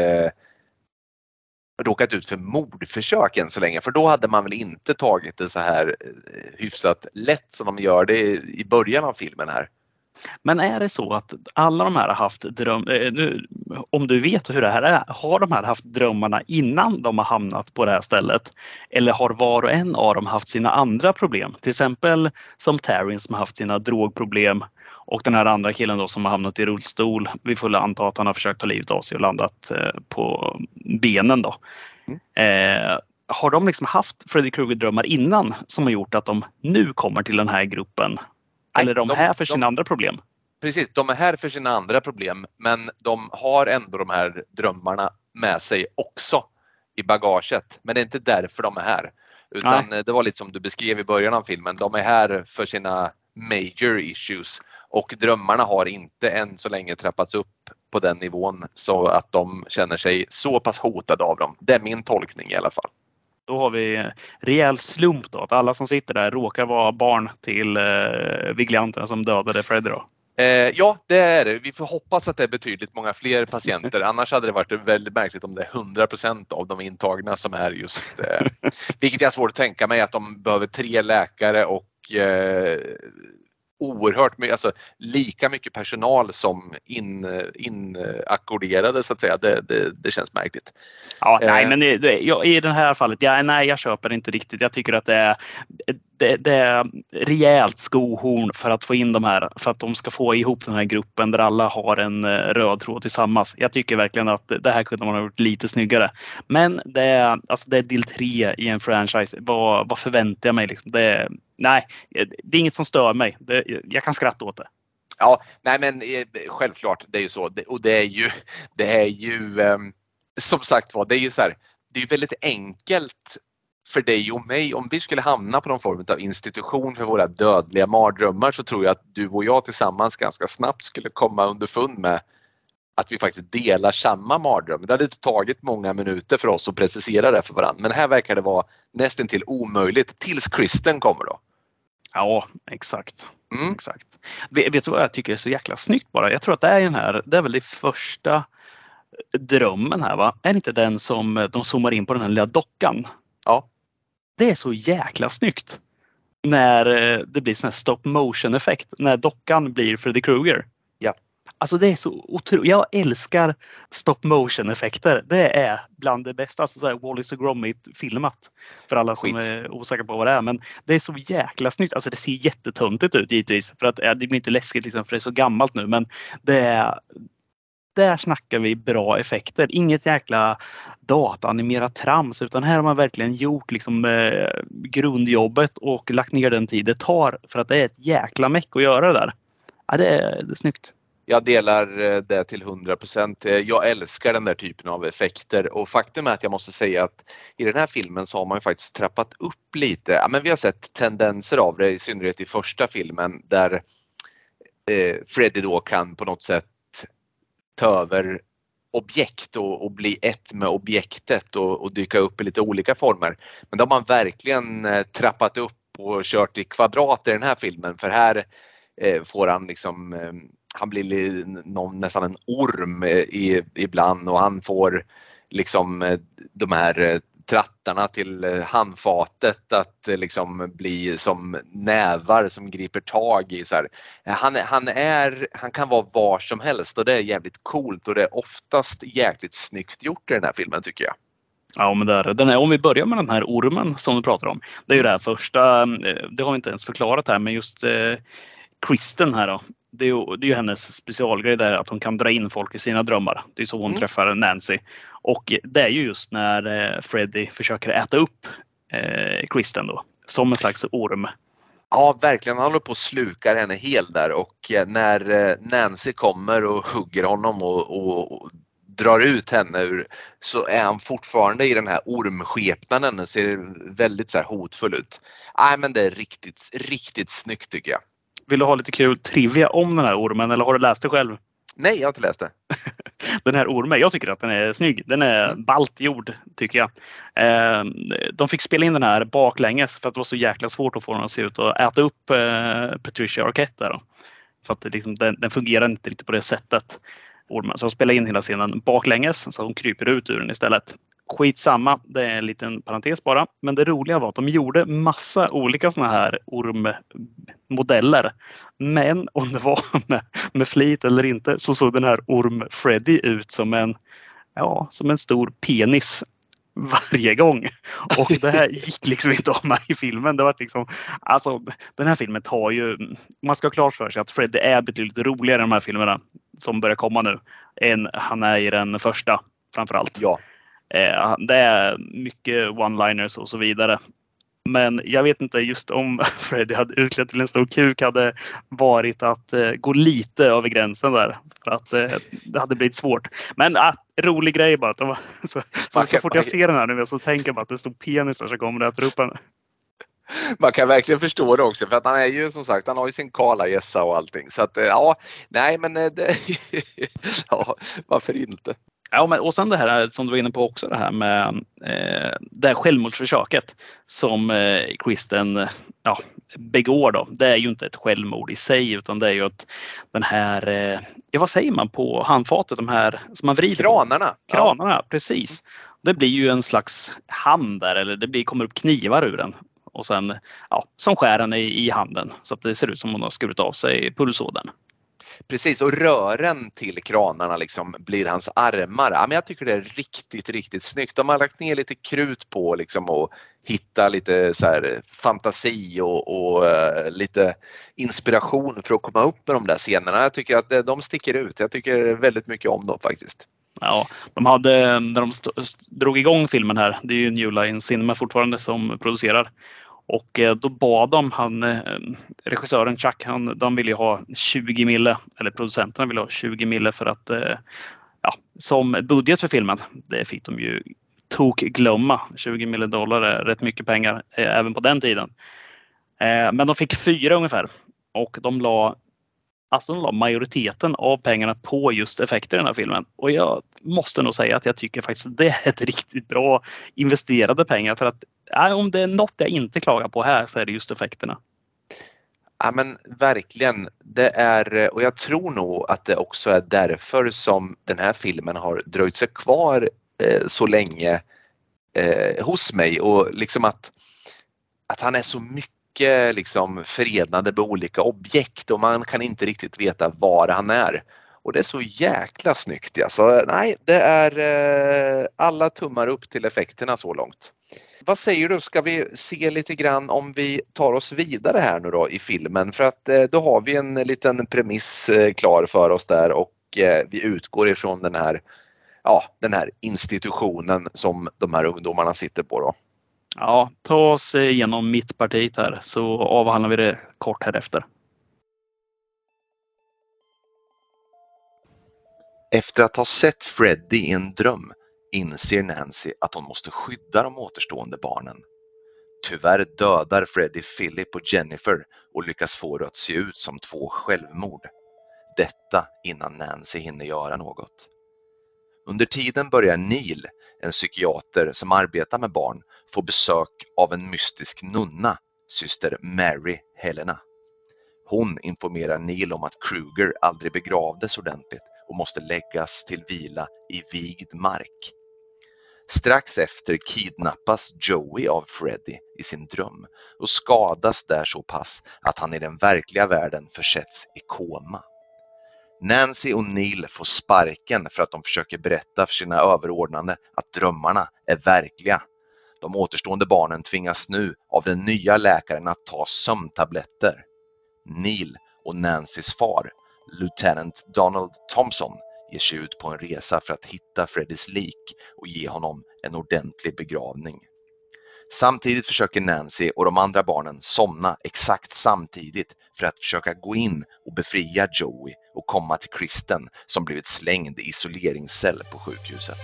råkat ut för mordförsök än så länge, för då hade man väl inte tagit det så här hyfsat lätt som de gör det i början av filmen här. Men är det så att alla de här har haft om du vet hur det här är, har de här haft drömmarna innan de har hamnat på det här stället? Eller har var och en av dem haft sina andra problem? Till exempel som Taryn som har haft sina drogproblem och den här andra killen då som har hamnat i rullstol. Vi får anta att han har försökt ta livet av sig och landat på benen då. Har de liksom haft Freddy Krueger-drömmar innan som har gjort att de nu kommer till den här gruppen? Eller är de här för sina andra problem? Precis, de är här för sina andra problem, men de har ändå de här drömmarna med sig också i bagaget. Men det är inte därför de är här. Utan det var lite som du beskrev i början av filmen. De är här för sina major issues. Och drömmarna har inte än så länge trappats upp på den nivån så att de känner sig så pass hotade av dem. Det är min tolkning i alla fall. Då har vi rejäl slump då, att alla som sitter där råkar vara barn till vigilanterna som dödade Freddy då. Ja, det är det. Vi får hoppas att det är betydligt många fler patienter. Annars hade det varit väldigt märkligt om det är 100% av de intagna som är just... vilket är svårt att tänka mig, att de behöver 3 läkare och oerhört mycket, alltså lika mycket personal som inackorderade så att säga. Det känns märkligt. Ja, nej, men i det här fallet, jag köper inte riktigt. Jag tycker att det är rejält skohorn för att få in de här, för att de ska få ihop den här gruppen där alla har en röd tråd tillsammans. Jag tycker verkligen att det här kunde man ha gjort lite snyggare. Men det är del 3 i en franchise. Vad förväntar jag mig? Liksom? Det är inget som stör mig. Jag kan skratta åt det. Ja, nej men självklart, det är ju så. Och det är ju som sagt var, det är ju så här, det är väldigt enkelt för dig och mig. Om vi skulle hamna på någon form av institution för våra dödliga mardrömmar, så tror jag att du och jag tillsammans ganska snabbt skulle komma underfund med att vi faktiskt delar samma mardröm. Det hade inte tagit många minuter för oss att precisera det för varandra. Men här verkar det vara nästan till omöjligt tills Kristen kommer då. Ja, exakt. Exakt. Vet du vad jag tycker är så jäkla snyggt bara? Jag tror att det är väl det första drömmen här, va? Är inte den som de zoomar in på den här lilla dockan? Ja. Det är så jäkla snyggt. När det blir sån här stop motion effekt. När dockan blir Freddy Krueger. Ja. Alltså det är så otroligt. Jag älskar stop motion effekter. Det är bland det bästa. Alltså så här Wallace och Gromit filmat. För alla som är osäkra på vad det är. Men det är så jäkla snyggt. Alltså det ser jättetöntigt ut givetvis. För att det blir inte läskigt liksom, för det är så gammalt nu. Men där snackar vi bra effekter. Inget jäkla dataanimerat trams, utan här har man verkligen gjort liksom, grundjobbet och lagt ner den tid det tar, för att det är ett jäkla meck att göra det där. Ja, det är snyggt. Jag delar det till 100%. Jag älskar den där typen av effekter, och faktum är att jag måste säga att i den här filmen så har man ju faktiskt trappat upp lite. Ja, men vi har sett tendenser av det, i synnerhet i första filmen, där Freddy då kan på något sätt ta över objekt och bli ett med objektet och dyka upp i lite olika former. Men då har man verkligen trappat upp och kört i kvadrat i den här filmen, för här får han liksom, han blir nästan en orm ibland, och han får liksom de här trattarna till handfatet att liksom bli som nävar som griper tag i. Så här. Han kan vara var som helst, och det är jävligt coolt, och det är oftast jäkligt snyggt gjort i den här filmen tycker jag. Ja, men om vi börjar med den här ormen som du pratar om. Det är ju det här första, det har vi inte ens förklarat här, men just Kristen här då. Det är ju hennes specialgrej där, att hon kan dra in folk i sina drömmar. Det är så hon träffar Nancy. Och det är ju just när Freddy försöker äta upp Kristen då. Som en slags orm. Ja, verkligen. Han håller på att sluka henne helt där och när Nancy kommer och hugger honom och drar ut henne ur, så är han fortfarande i den här ormskepnaden. Den ser väldigt så här hotfull ut. Nej, men det är riktigt, riktigt snyggt tycker jag. Vill du ha lite kul trivia om den här ormen eller har du läst det själv? Nej, jag har inte läst det. Den här ormen, jag tycker att den är snygg. Den är ballt gjord, tycker jag. De fick spela in den här baklänges för att det var så jäkla svårt att få den att se ut och äta upp Patricia Arquette där då. För att det liksom, den fungerar inte riktigt på det sättet. Ormen. Så de spelade in hela scenen baklänges så hon kryper ut ur den istället. Skitsamma, det är en liten parentes bara. Men det roliga var att de gjorde massa olika såna här ormmodeller. Men om det var med flit eller inte så såg den här orm Freddy ut som en stor penis varje gång. Och det här gick liksom inte av mig i filmen. Det var liksom, alltså, den här filmen tar ju... Man ska ha klart för sig att Freddy är betydligt roligare i de här filmerna som börjar komma nu än han är i den första framförallt. Ja. Det är mycket one-liners och så vidare. Men jag vet inte, just om Freddy hade utklätt till en stor kuk hade varit att gå lite över gränsen där. För att det hade blivit svårt. Men rolig grej bara. Så fort jag ser den här nu så tänker jag bara att det står penisar så kommer det att ropa henne. Man kan verkligen förstå det också för att han är ju som sagt, han har ju sin kala gässa och allting. Så att ja, nej men det, ja, varför inte? Ja, men, och sen det här som du var inne på också, det här med det här självmordsförsöket som Kristen begår då. Det är ju inte ett självmord i sig utan det är ju att den här, vad säger man på handfatet, de här som man vrider Kranarna. Kranarna, ja. Precis. Det blir ju en slags hand där, eller kommer upp knivar ur den. Och sen, som skär den i handen så att det ser ut som om hon har skurit av sig pulsådern. Precis, och rören till kranarna liksom blir hans armar. Ja, men jag tycker det är riktigt, riktigt snyggt. De har lagt ner lite krut på liksom och hitta lite så här fantasi och lite inspiration för att komma upp med de där scenerna. Jag tycker att de sticker ut. Jag tycker väldigt mycket om dem faktiskt. Ja, de hade, när de drog igång filmen här, det är ju New Line Cinema fortfarande som producerar. Och då bad regissören Chuck, de ville ju ha 20 mille, eller producenterna ville ha 20 mille för att, som budget för filmen. Det fick de ju glömma. 20 miljoner dollar är rätt mycket pengar även på den tiden. Men de fick 4 ungefär. Och de la majoriteten av pengarna på just effekter i den här filmen. Och jag måste nog säga att jag tycker faktiskt att det är ett riktigt bra investerade pengar. För att om det är något jag inte klagar på här så är det just effekterna. Ja men verkligen, det är, och jag tror nog att det också är därför som den här filmen har dröjt sig kvar så länge hos mig och liksom att han är så mycket liksom förenade med olika objekt och man kan inte riktigt veta var han är. Och det är så jäkla snyggt. Alltså, nej, det är alla tummar upp till effekterna så långt. Vad säger du? Ska vi se lite grann om vi tar oss vidare här nu då i filmen? För att då har vi en liten premiss klar för oss där och vi utgår ifrån den här institutionen som de här ungdomarna sitter på då. Ja, ta oss igenom mittpartiet här så avhandlar vi det kort här efter. Efter att ha sett Freddy i en dröm inser Nancy att hon måste skydda de återstående barnen. Tyvärr dödar Freddy Philip och Jennifer och lyckas få det att se ut som 2 självmord. Detta innan Nancy hinner göra något. Under tiden börjar Neil, en psykiater som arbetar med barn, få besök av en mystisk nunna, syster Mary Helena. Hon informerar Neil om att Kruger aldrig begravdes ordentligt och måste läggas till vila i vigd mark. Strax efter kidnappas Joey av Freddy i sin dröm och skadas där så pass att han i den verkliga världen försätts i koma. Nancy och Neil får sparken för att de försöker berätta för sina överordnade att drömmarna är verkliga. De återstående barnen tvingas nu av den nya läkaren att ta sömntabletter. Neil och Nancys far, Lieutenant Donald Thompson, ger sig ut på en resa för att hitta Freddys lik och ge honom en ordentlig begravning. Samtidigt försöker Nancy och de andra barnen somna exakt samtidigt för att försöka gå in och befria Joey och komma till Kristen som blivit slängd i isoleringscell på sjukhuset.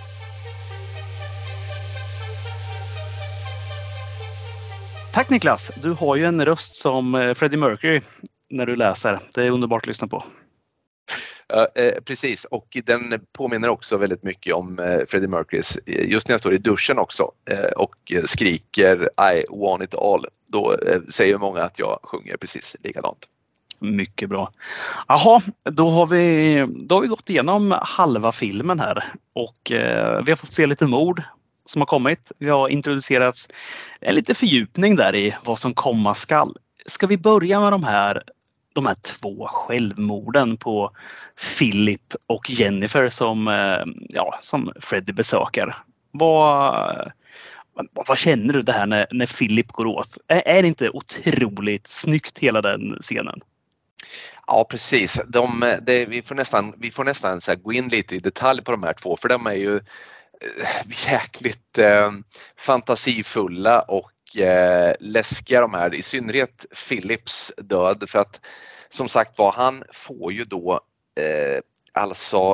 Tack Niklas! Du har ju en röst som Freddie Mercury när du läser. Det är underbart att lyssna på. Precis, och den påminner också väldigt mycket om Freddie Mercurys. Just när jag står i duschen också och skriker I want it all, då säger många att jag sjunger precis likadant. Mycket bra. Jaha, då har vi gått igenom halva filmen här och vi har fått se lite mord som har kommit. Vi har introducerats en lite fördjupning där i vad som komma skall. Ska vi börja med de här 2 självmorden på Philip och Jennifer som Freddie besöker? Vad känner du det här när Philip går åt? Är det inte otroligt snyggt hela den scenen? Ja, precis. Vi får nästan så här gå in lite i detalj på de här 2, för de är ju jäkligt fantasifulla och läskiga de här, i synnerhet Philips död, för att som sagt han får ju då alltså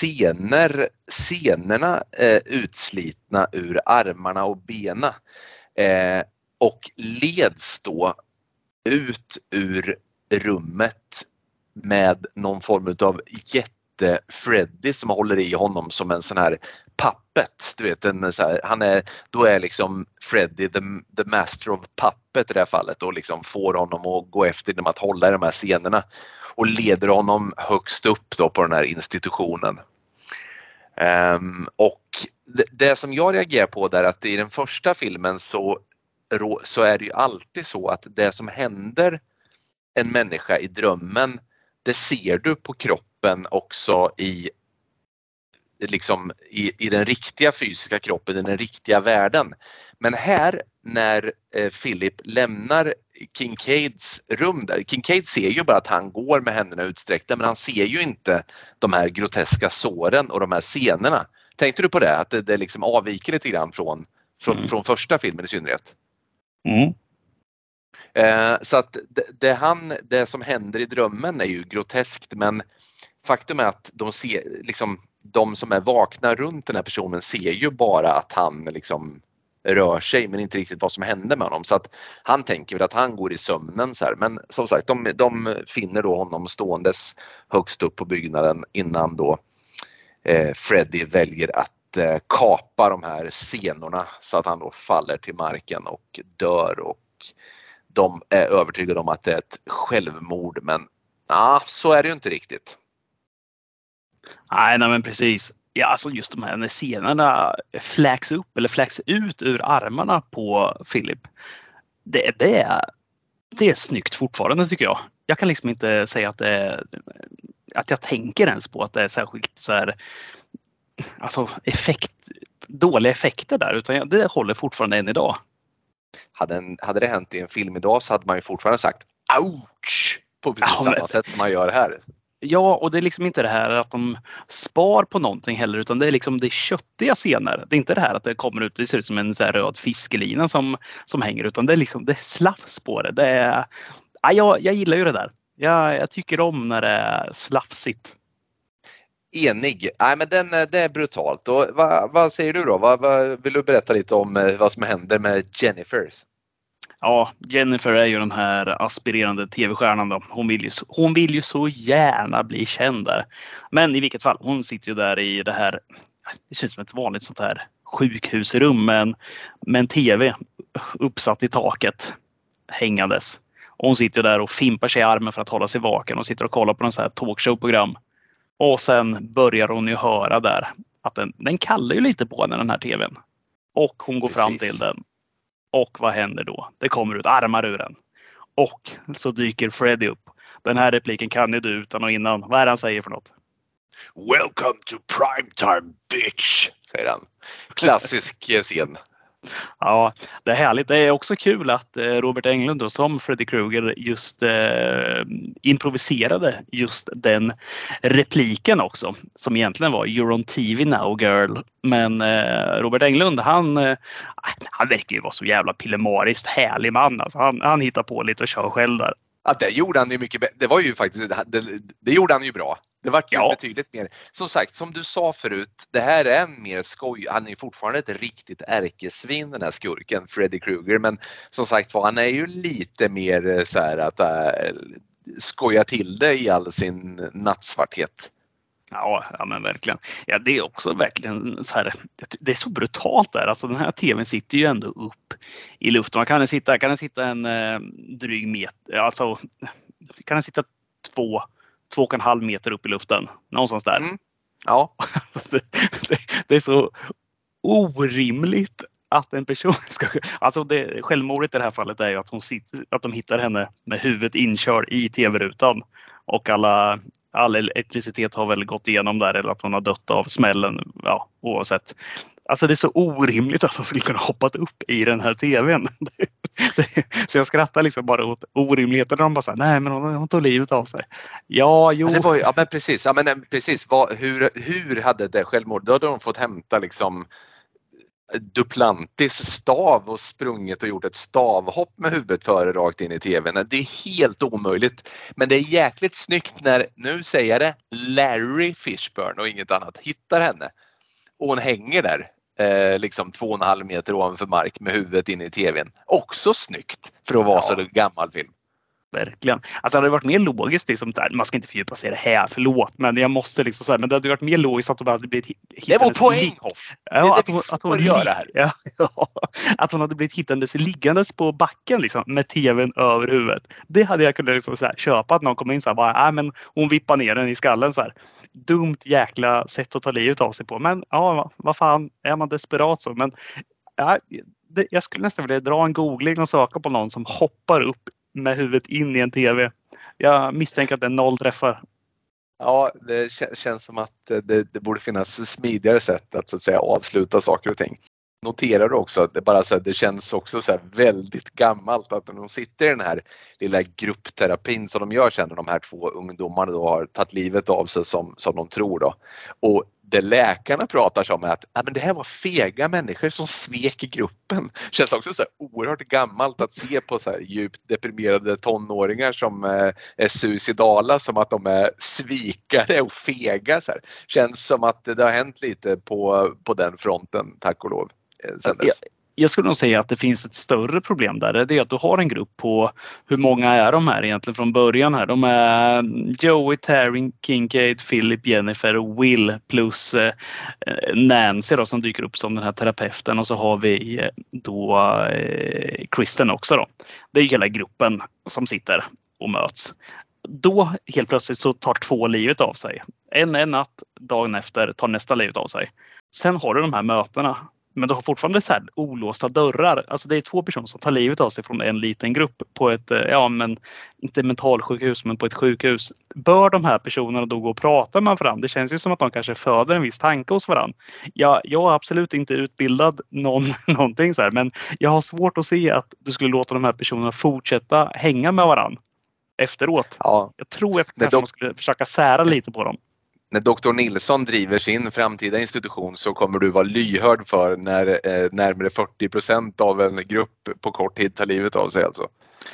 scenerna utslitna ur armarna och benen och leds då ut ur rummet med någon form av Freddy som håller i honom som en sån här puppet. Du vet, då är liksom Freddy the master of puppet i det här fallet och liksom får honom att gå efter genom att hålla i de här scenerna och leder honom högst upp då på den här institutionen. Och det som jag reagerar på där, att i den första filmen så är det ju alltid så att det som händer en människa i drömmen, det ser du på kroppen också i den riktiga fysiska kroppen, i den riktiga världen. Men här när Philip lämnar Kincaids rum där, Kincaid ser ju bara att han går med händerna utsträckta, men han ser ju inte de här groteska såren och de här scenerna. Tänkte du på det? Att det liksom avviker lite grann från första filmen i synnerhet? Mm. Så att det som händer i drömmen är ju groteskt, men faktum är att de som är vakna runt den här personen ser ju bara att han liksom rör sig, men inte riktigt vad som händer med honom. Så att han tänker väl att han går i sömnen så här. Men som sagt, de finner då honom ståendes högst upp på byggnaden innan då Freddy väljer att kapa de här scenerna så att han då faller till marken och dör, och de är övertygade om att det är ett självmord, men så är det ju inte riktigt. Nej, men precis. Ja, alltså just de här när scenerna fläks ut ur armarna på Philip. Det är snyggt fortfarande, tycker jag. Jag kan liksom inte säga att jag tänker ens på att det är särskilt så här, alltså dåliga effekter där, utan det håller fortfarande än idag. Hade det hänt i en film idag så hade man ju fortfarande sagt ouch på precis samma sätt som man gör här. Ja, och det är liksom inte det här att de spar på någonting heller, utan det är liksom det köttiga scener. Det är inte det här att det kommer ut, det ser ut som en så här röd fiskelina som hänger, utan det är liksom det är slafs på det. Jag gillar ju det där. Jag tycker om när det är slafsigt. Enig. Nej, men det är brutalt. Och vad säger du då? Vad vill du berätta lite om vad som händer med Jennifers? Ja, Jennifer är ju den här aspirerande tv-stjärnan då. Hon vill ju så gärna bli känd där. Men i vilket fall, hon sitter ju där i det här, det känns som ett vanligt sånt här sjukhusrum med en tv uppsatt i taket hängandes. Och hon sitter där och fimpar sig i armen för att hålla sig vaken och sitter och kollar på någon sån här talkshow-program. Och sen börjar hon ju höra där att den kallar ju lite på henne, den här tvn. Och hon går fram till den. Och vad händer då? Det kommer ut armar ur den. Och så dyker Freddy upp. Den här repliken kan ju du utan och innan. Vad är det han säger för något? Welcome to primetime, bitch, säger han. Klassisk scen. Ja, det är härligt. Det är också kul att Robert Englund då, som Freddy Krueger just improviserade just den repliken också. Som egentligen var "You're on TV now girl". Men Robert Englund han verkar ju vara så jävla pillemariskt härlig man. Alltså, han hittar på lite och kör själv där. Ja, det gjorde han ju mycket bättre. Det var ju faktiskt, det gjorde han ju bra. Det var ju betydligt mer. Som sagt, som du sa förut, det här är mer skoj. Han är ju fortfarande ett riktigt ärkesvin, den här skurken, Freddy Krueger. Men som sagt var, han är ju lite mer så här att skojar till det i all sin nattsvarthet. Ja, men verkligen. Ja, det är också verkligen så här. Det är så brutalt där. Alltså den här tvn sitter ju ändå upp i luften. Man kan den sitta en dryg meter. Alltså kan den sitta 2,5 meter upp i luften. Någonstans där. Mm. Ja. Det är så orimligt att en person ska... Alltså självmordet i det här fallet är ju att de hittar henne med huvudet inkörd i tv-rutan. Och all elektricitet har väl gått igenom där, eller att hon har dött av smällen, ja, oavsett. Alltså det är så orimligt att de skulle kunna hoppat upp i den här tvn. Så jag skrattar liksom bara åt orimligheten. De bara så här, nej men hon tog livet av sig. Ja, jo. Det var ju, ja men precis. Ja, men precis. Hur hade det självmord? Då hade de fått hämta liksom Duplantis stav och sprungit och gjort ett stavhopp med huvudet före rakt in i tvn. Det är helt omöjligt. Men det är jäkligt snyggt när, nu säger jag det, Larry Fishburne och inget annat hittar henne. Och hon hänger där liksom 2,5 meter ovanför mark med huvudet in i tvn. Också snyggt för att vara så gammal film. Verkligen. Alltså hade det varit mer logiskt liksom, man ska inte fördjupa sig i det här, förlåt, men jag måste liksom säga, men det hade varit mer logiskt att hon hade blivit hittad. Det var poäng, Hoff. Ja, att hon göra här. Ja, att hon hade blivit hittandes liggandes på backen liksom, med tvn över huvudet. Det hade jag kunnat liksom, så här, köpa, att någon kom in så här, bara, men hon vippar ner den i skallen så här. Dumt jäkla sätt att ta livet av sig på. Men ja, vad fan, är man desperat så? Men ja, jag skulle nästan vilja dra en googling och söka på någon som hoppar upp med huvudet in i en tv. Jag misstänker att det är 0 träffar. Ja, det känns som att det borde finnas smidigare sätt att så att säga avsluta saker och ting. Noterar du också att det känns också så här väldigt gammalt att de sitter i den här lilla gruppterapin som de gör sen när de här 2 ungdomarna då har tagit livet av sig som de tror då. Och det läkarna pratar om är att men det här var fega människor som svek i gruppen. Känns också så här oerhört gammalt att se på så här djupt deprimerade tonåringar som är suicidala, som att de är svikare och fega. Så här. Känns som att det har hänt lite på den fronten, tack och lov. Jag skulle nog säga att det finns ett större problem där. Det är att du har en grupp på, hur många är de här egentligen från början här? De är Joey, Taryn, Kincaid, Philip, Jennifer och Will plus Nancy då, som dyker upp som den här terapeuten, och så har vi då Kristen också då. Det är hela gruppen som sitter och möts. Då helt plötsligt så tar 2 livet av sig. En natt, dagen efter tar nästa livet av sig. Sen har du de här mötena. Men du har fortfarande så här olåsta dörrar. Alltså det är 2 personer som tar livet av sig från en liten grupp på ett, inte mentalsjukhus, men på ett sjukhus. Bör de här personerna då gå och prata med varandra? Det känns ju som att de kanske föder en viss tanke hos varandra. Jag är absolut inte utbildad någonting så här, men jag har svårt att se att du skulle låta de här personerna fortsätta hänga med varandra efteråt. Ja. Jag tror att man skulle försöka sära lite på dem. När Dr. Nilsson driver sin framtida institution så kommer du vara lyhörd för när närmare 40% av en grupp på kort tid tar livet av sig alltså.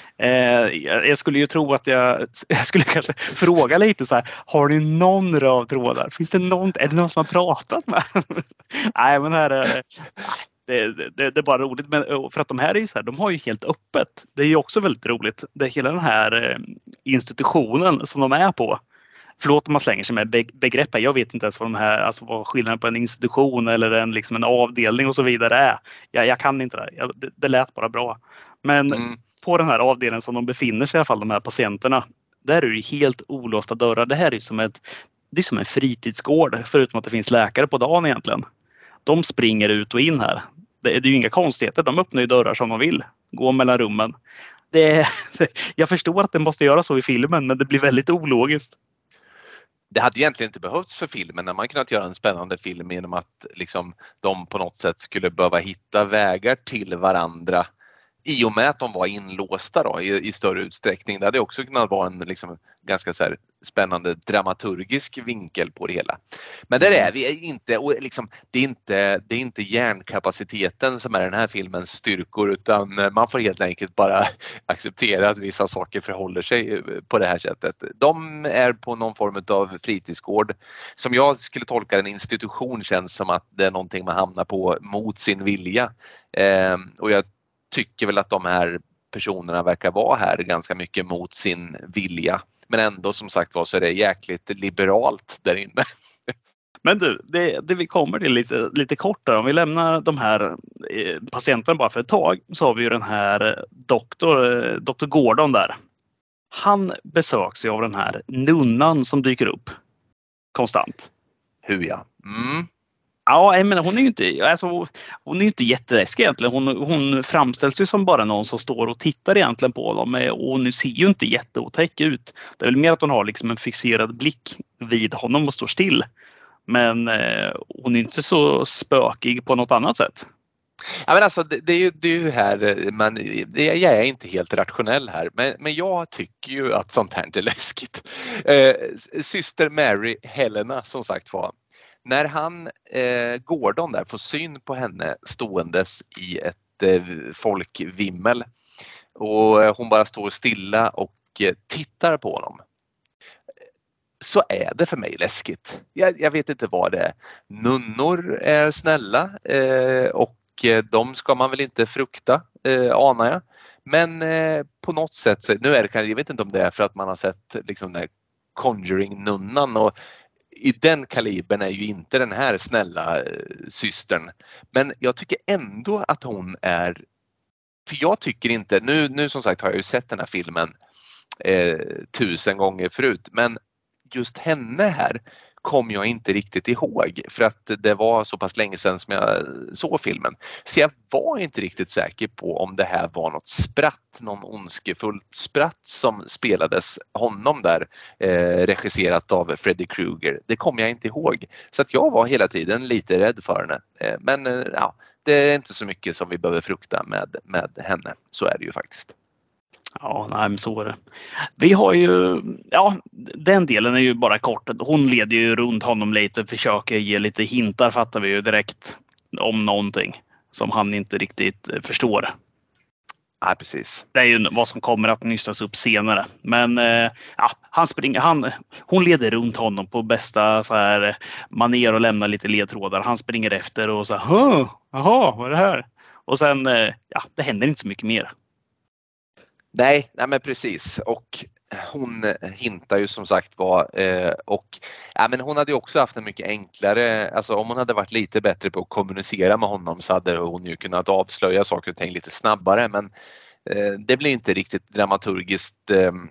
Jag skulle ju tro att jag skulle kanske fråga lite så här, har ni någon röd tråd där? Finns det är det någon som har pratat med? Nej, men här det är bara roligt, men för att de här är ju så här, de har ju helt öppet. Det är ju också väldigt roligt. Det är hela den här institutionen som de är på. Förlåt om man slänger sig med begrepp. Jag vet inte ens vad de här, alltså vad skillnaden på en institution eller en avdelning och så vidare är. Jag kan inte det. Det lät bara bra. Men på den här avdelningen som de befinner sig i alla fall, de här patienterna, där är det helt olåsta dörrar. Det här är som en fritidsgård, förutom att det finns läkare på dagen egentligen. De springer ut och in här. Det är ju inga konstigheter. De öppnar ju dörrar som de vill. Gå mellan rummen. Jag förstår att det måste göra så i filmen, men det blir väldigt ologiskt. det hade egentligen inte behövts för filmen när man kunnat göra en spännande film genom att liksom, de på något sätt skulle behöva hitta vägar till varandra i och med att de var inlåsta då, i större utsträckning. Det hade också kunnat vara en liksom, ganska så här, spännande dramaturgisk vinkel på det hela. Men där är vi inte, och liksom, det är inte hjärnkapaciteten som är den här filmens styrkor, utan man får helt enkelt bara acceptera att vissa saker förhåller sig på det här sättet. De är på någon form av fritidsgård. Som jag skulle tolka en institution, känns som att det är någonting man hamnar på mot sin vilja. Och jag tycker väl att de här personerna verkar vara här ganska mycket mot sin vilja. Men ändå som sagt var så är det jäkligt liberalt där inne. Men du, det vi kommer till lite kortare, om vi lämnar de här patienterna bara för ett tag, så har vi ju den här doktor Gordon där. Han besöks ju av den här nunnan som dyker upp konstant. Hur ja. Mm. Ja, jag menar, hon är ju inte jätteläskig egentligen. Hon framställs ju som bara någon som står och tittar egentligen på dem. Och hon ser ju inte jätteotäck ut. Det är väl mer att hon har liksom en fixerad blick vid honom och står still. Men hon är inte så spökig på något annat sätt. Ja, men alltså, det är ju här, jag är inte helt rationell här, men jag tycker ju att sånt här inte är läskigt. Syster Mary Helena, som sagt var. När han, Gordon där, får syn på henne ståendes i ett folkvimmel och hon bara står stilla och tittar på honom, så är det för mig läskigt. Jag vet inte vad det är. Nunnor är snälla och de ska man väl inte frukta, anar jag. Men på något sätt, så, nu är det, jag vet inte om det är för att man har sett liksom den här Conjuring-nunnan, och i den kalibern är ju inte den här snälla systern. Men jag tycker ändå att hon är, för jag tycker inte, nu som sagt har jag ju sett den här filmen 1000 gånger förut, men just henne här kom jag inte riktigt ihåg för att det var så pass länge sedan som jag såg filmen. Så jag var inte riktigt säker på om det här var något spratt, någon ondskefullt spratt som spelades honom där, regisserat av Freddy Krueger. Det kom jag inte ihåg. Så att jag var hela tiden lite rädd för henne. Men ja, det är inte så mycket som vi behöver frukta med henne. Så är det ju faktiskt. Ja, nej, men så är det. Vi har ju, ja, den delen är ju bara kort. Hon leder ju runt honom lite, försöker ge lite hintar, fattar vi ju direkt, om någonting som han inte riktigt förstår. Ja, precis. Det är ju vad som kommer att nystas upp senare. Men ja, hon leder runt honom på bästa så här maner och lämnar lite ledtrådar. Han springer efter och så här, jaha, vad är det här? Och sen, ja, det händer inte så mycket mer. Nej, men precis, och hon hintar ju som sagt var, och ja, men hon hade ju också haft en mycket enklare, alltså om hon hade varit lite bättre på att kommunicera med honom så hade hon ju kunnat avslöja saker och ting lite snabbare, men det blir inte riktigt dramaturgiskt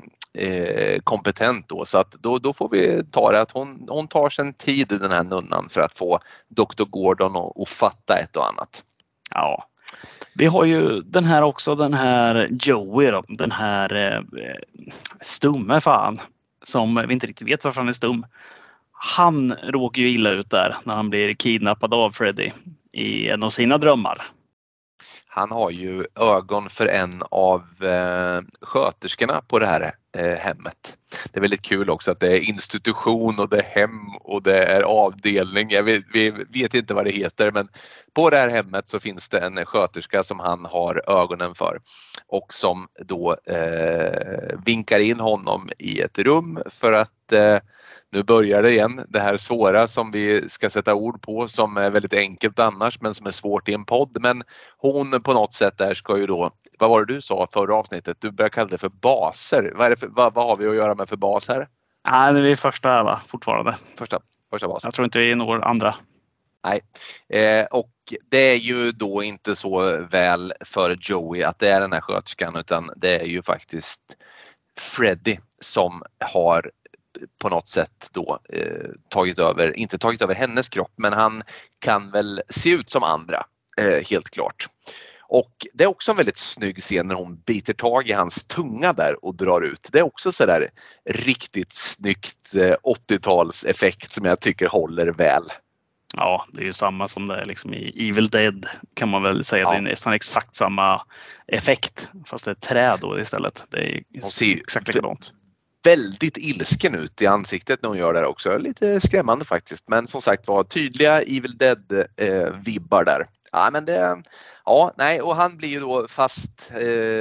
kompetent då, så att då får vi ta det att hon tar sin tid, den här nunnan, för att få Dr. Gordon att fatta ett och annat. Ja. Vi har ju den här Joey då, den här stumme fan som vi inte riktigt vet varför han är stum. Han råkar ju illa ut där när han blir kidnappad av Freddy i en av sina drömmar. Han har ju ögon för en av sköterskorna på det här hemmet. Det är väldigt kul också att det är institution och det är hem och det är avdelning. Vi vet inte vad det heter, men på det här hemmet så finns det en sköterska som han har ögonen för och som då vinkar in honom i ett rum för att nu börjar det igen, det här svåra som vi ska sätta ord på, som är väldigt enkelt annars men som är svårt i en podd. Men hon på något sätt där ska ju då, vad var det du sa förra avsnittet? Du började kalla det för baser. Vad har vi att göra med för bas här? Nej, det är första här, va? Fortfarande. Första basen. Jag tror inte vi når andra. Nej, och det är ju då inte så väl för Joey att det är den här sköterskan, utan det är ju faktiskt Freddy som har på något sätt då inte tagit över hennes kropp, men han kan väl se ut som andra, helt klart. Och det är också en väldigt snygg scen när hon biter tag i hans tunga där och drar ut. Det är också så där riktigt snyggt 80-talseffekt som jag tycker håller väl. Ja, det är ju samma som det är liksom i Evil Dead kan man väl säga. Ja. Det är nästan exakt samma effekt fast det är träd då istället. Det är exakt likadant. Väldigt ilsken ut i ansiktet när hon gör det också. Lite skrämmande faktiskt. Men som sagt var tydliga Evil Dead-vibbar där. Ja, men det... Ja, nej, och han blir ju då fast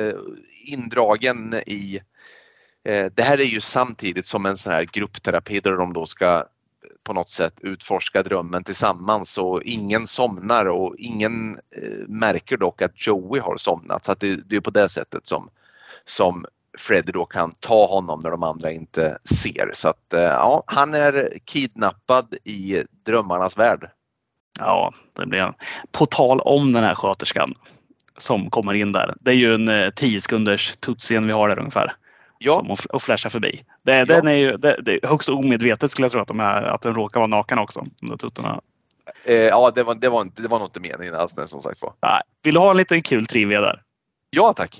indragen i... det här är ju samtidigt som en sån här gruppterapi där de då ska på något sätt utforska drömmen tillsammans och ingen somnar och ingen märker dock att Joey har somnat. Så att det är på det sättet som Freddy då kan ta honom när de andra inte ser. Så att ja, han är kidnappad i drömmarnas värld. Ja, det blir han. På tal om den här sköterskan som kommer in där. Det är ju en 10 sekunders tuttscen vi har där ungefär. Ja. Som och flashar förbi. Det är högst omedvetet skulle jag tro att den råkar vara naken också. De tuttarna. Ja, det var nog inte meningen alls som sagt var. Nej. Vill du ha en liten kul trivia där? Ja, tack.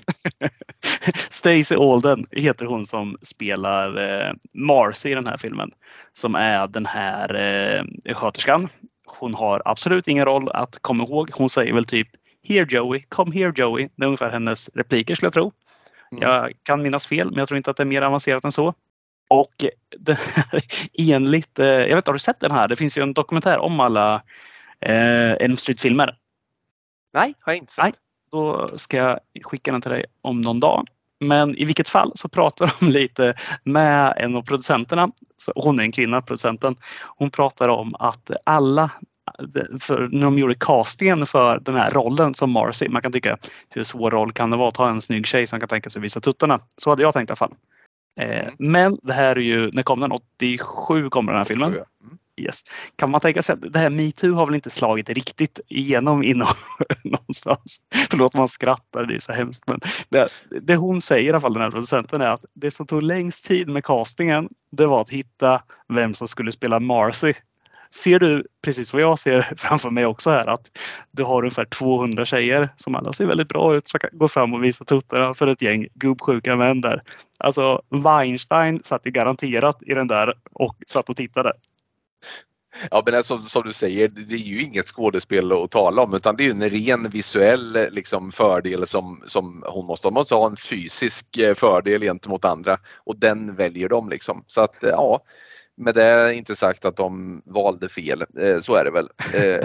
Stacey Alden heter hon som spelar Marcy i den här filmen. Som är den här sköterskan. Hon har absolut ingen roll att komma ihåg. Hon säger väl typ Here Joey, come here Joey. Det är ungefär hennes repliker skulle jag tro. Jag kan minnas fel, men jag tror inte att det är mer avancerat än så. Och det här, enligt, jag vet inte, har du sett den här? Det finns ju en dokumentär om alla Elm Street-filmer. Nej, har jag inte sett. Nej, då ska jag skicka den till dig om någon dag. Men i vilket fall så pratar de lite med en av producenterna. Så hon är en kvinna, producenten. Hon pratar om att alla, för när de gjorde castingen för den här rollen som Marcy, man kan tycka hur svår roll kan det vara att ha en snygg tjej som kan tänka sig visa tuttarna. Så hade jag tänkt i alla fall. Men det här är ju, när kom den? 87 kommer den här filmen. Yes. Kan man tänka sig att det här MeToo har väl inte slagit riktigt igenom inom någonstans. Förlåt man skrattar, det är så hemskt. Men det hon säger i alla fall, den här producenten, är att det som tog längst tid med castingen, det var att hitta vem som skulle spela Marcy. Ser du precis vad jag ser framför mig också här, att du har ungefär 200 tjejer som alla ser väldigt bra ut, så kan gå fram och visa tuttarna för ett gäng gubbsjuka män där. Alltså Weinstein satt ju garanterat i den där och satt och tittade. Ja, men som du säger, det är ju inget skådespel att tala om, utan det är ju en ren visuell liksom, fördel som hon måste ha en fysisk fördel gentemot andra, och den väljer de liksom. Så att ja, men det är inte sagt att de valde fel. Så är det väl.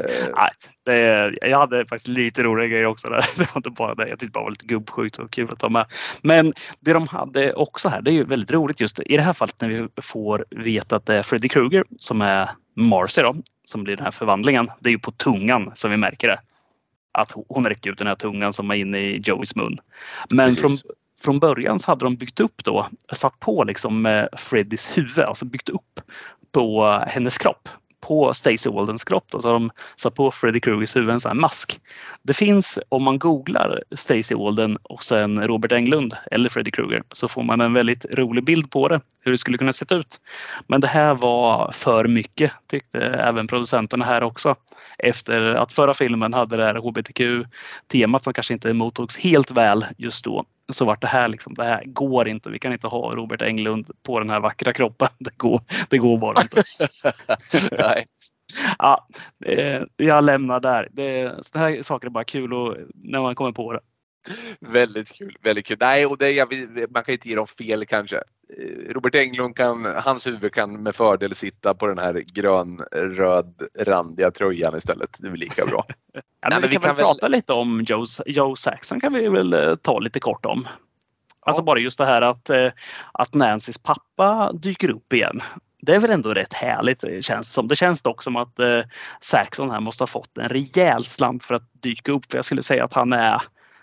Nej, jag hade faktiskt lite roliga grejer också där. Det var inte bara det. Jag tyckte bara det var lite gubbsjukt och kul att ta med. Men det de hade också här, det är ju väldigt roligt just i det här fallet när vi får veta att det är Freddy Krueger som är Marcy då, som blir den här förvandlingen. Det är ju på tungan som vi märker det. Att hon räcker ut den här tungan som är inne i Joeys mun. Men från början så hade de byggt upp då, satt på liksom Freddys huvud, alltså byggt upp på hennes kropp. På Stacey Aldens kropp då, så har de satt på Freddy Kruegers huvud en sån här mask. Det finns, om man googlar Stacey Alden och sen Robert Englund eller Freddy Krueger, så får man en väldigt rolig bild på det, hur det skulle kunna se ut. Men det här var för mycket, tyckte även producenterna här också. Efter att förra filmen hade det här HBTQ-temat som kanske inte mottogs helt väl just då, så var det här liksom, det här går inte. Vi kan inte ha Robert Englund på den här vackra kroppen. Det går bara inte. Nej. Ja, jag lämnar där. Så här saker är bara kul och när man kommer på det. Väldigt kul, väldigt kul. Nej, och man kan inte ge dem fel kanske. Robert Englund hans huvud kan med fördel sitta på den här grön-röd-randiga tröjan istället. Det är väl lika bra. Ja, men vi kan väl prata lite om Joe Saxon, kan vi väl ta lite kort om. Alltså bara just det här att Nancys pappa dyker upp igen. Det är väl ändå rätt härligt, känns som. Det känns dock som att Saxon här måste ha fått en rejäl slant för att dyka upp. För jag skulle säga att han är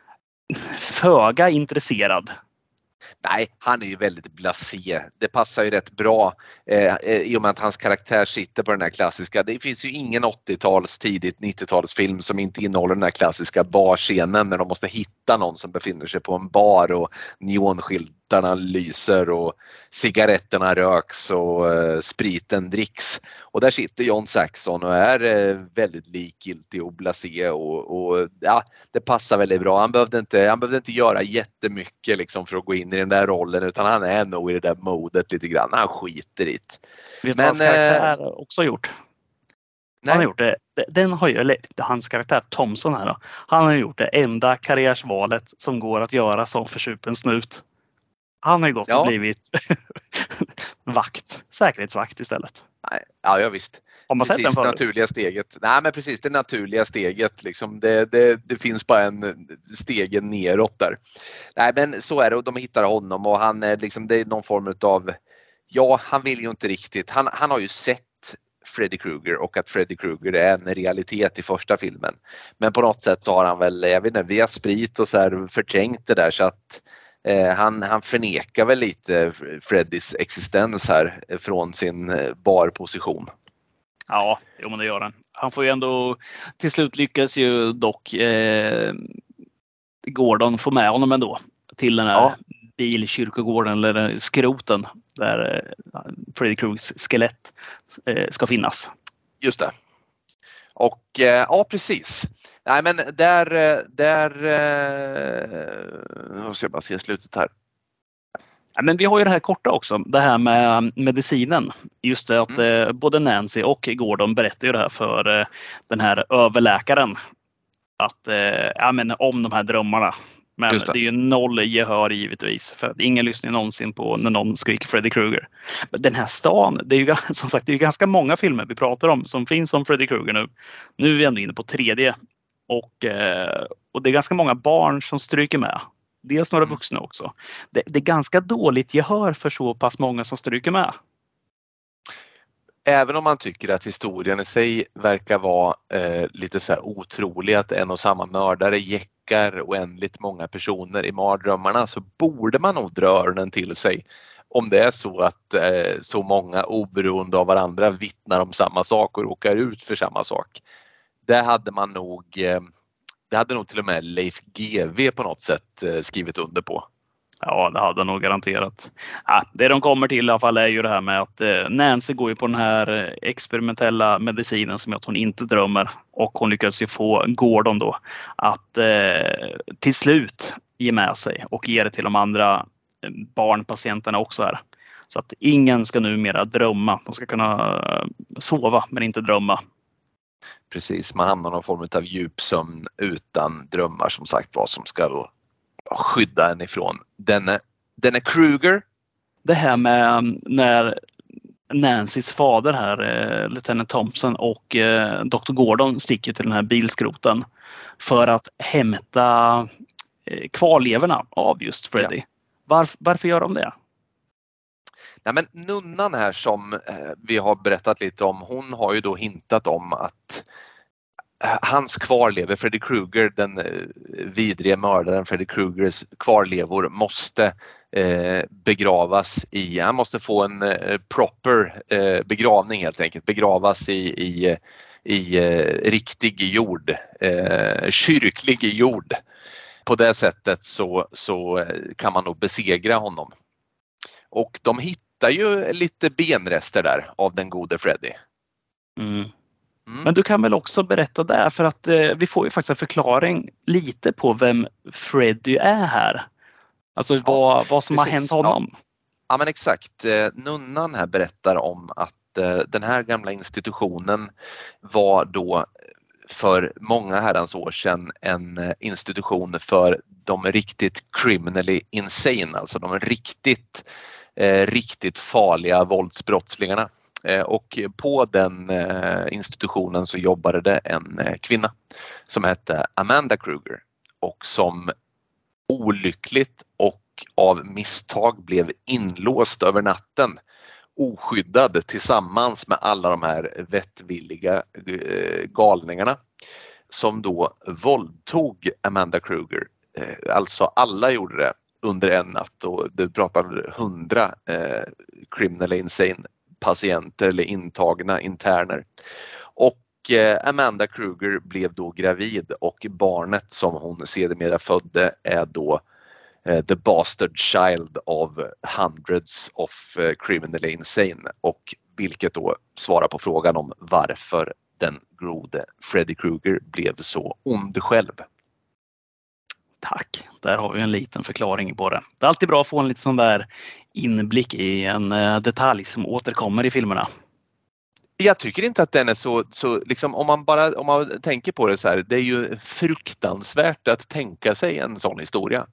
föga intresserad. Nej, han är ju väldigt blasé. Det passar ju rätt bra i och med att hans karaktär sitter på den här klassiska. Det finns ju ingen 80-tals, tidigt 90-talsfilm som inte innehåller den här klassiska barscenen när de måste hitta någon som befinner sig på en bar och neonskyltar lamporna lyser och cigaretterna röks och spriten dricks. Och där sitter John Saxon och är väldigt likgiltig och blasé och ja, det passar väldigt bra. Han behövde inte göra jättemycket liksom för att gå in i den där rollen, utan han är nog i det där modet lite grann. Han skiter i det. Vet du vad hans karaktär också har gjort? Han har gjort det. Den har ju, eller hans karaktär Thompson här då. Han har gjort det enda karriärsvalet som går att göra som försupen snut. Han har ju gått och blivit säkerhetsvakt istället. Ja, ja visst. Har man sett den förut? Naturliga steget. Nej, men precis, det naturliga steget liksom, det finns bara en stegen neråt där. Nej, men så är det, och de hittar honom och han är liksom, det är någon form av, ja, han vill ju inte riktigt. Han har ju sett Freddy Krueger och att Freddy Krueger är en realitet i första filmen. Men på något sätt så har han väl, jag vet inte, via sprit och så här förträngt det där, så att han förnekar väl lite Freddys existens här från sin barposition. Ja, jo, men det gör han. Han får ju ändå, till slut lyckas ju dock Gordon få med honom ändå till den här bilkyrkogården eller skroten där Freddy Kruegers skelett ska finnas. Just det. Och ja, precis. Nej, men jag ska bara se slutet här. Ja, men vi har ju det här korta också, det här med medicinen. Just det att både Nancy och Gordon berättar ju det här för den här överläkaren. Att ja, men om de här drömmarna. Men det är ju noll gehör givetvis, för att ingen lyssnar någonsin på när någon skriker Freddy Krueger. Men den här stan, det är ju som sagt, det är ju ganska många filmer vi pratar om som finns om Freddy Krueger nu. Nu är vi ändå inne på 3D och det är ganska många barn som stryker med. Dels några vuxna också. Det är ganska dåligt gehör för så pass många som stryker med. Även om man tycker att historien i sig verkar vara lite så här otrolig, att en och samma mördare jäckar oändligt många personer i mardrömmarna, så borde man nog dra öronen till sig om det är så att så många oberoende av varandra vittnar om samma sak och råkar ut för samma sak. Det hade nog till och med Leif GW på något sätt skrivit under på. Ja, det hade nog garanterat. Ja, det de kommer till i alla fall är ju det här med att Nancy går ju på den här experimentella medicinen som att hon inte drömmer. Och hon lyckas ju få Gordon då att till slut ge med sig och ge det till de andra barnpatienterna också här. Så att ingen ska numera drömma. De ska kunna sova men inte drömma. Precis, man hamnar någon form av djupsömn utan drömmar, som sagt, vad som ska då skydda en ifrån denne Krueger. Det här med när Nancys fader här, Lieutenant Thompson och Dr. Gordon sticker till den här bilskroten för att hämta kvarlevorna av just Freddy. Ja. Varför gör de det? Nej, men nunnan här som vi har berättat lite om, hon har ju då hintat om att hans kvarlevor, Freddy Krueger, den vidriga mördaren Freddy Kruegers kvarlevor, måste begravas han måste få en proper begravning helt enkelt, begravas i riktig jord, kyrklig jord. På det sättet så kan man nog besegra honom. Och de hittar ju lite benrester där av den gode Freddy. Men du kan väl också berätta där, för att vi får ju faktiskt en förklaring lite på vem Freddy är här. Alltså vad som har hänt honom. Ja, men exakt. Nunnan här berättar om att den här gamla institutionen var då för många herrans år sedan en institution för de riktigt criminally insane, alltså de riktigt farliga våldsbrottslingarna. Och på den institutionen så jobbade det en kvinna som hette Amanda Krueger och som olyckligt och av misstag blev inlåst över natten, oskyddad, tillsammans med alla de här vettvilliga galningarna som då våldtog Amanda Krueger. Alltså alla gjorde det under en natt, och det pratar 100 criminally insane patienter eller intagna interner. Och Amanda Krueger blev då gravid, och barnet som hon sedermera födde är då the bastard child of hundreds of criminally insane, och vilket då svarar på frågan om varför den gode Freddy Krueger blev så ond själv. Tack, där har vi en liten förklaring på det. Det är alltid bra att få en lite sån där inblick i en detalj som återkommer i filmerna. Jag tycker inte att den är så liksom, om man tänker på det så här, det är ju fruktansvärt att tänka sig en sån historia.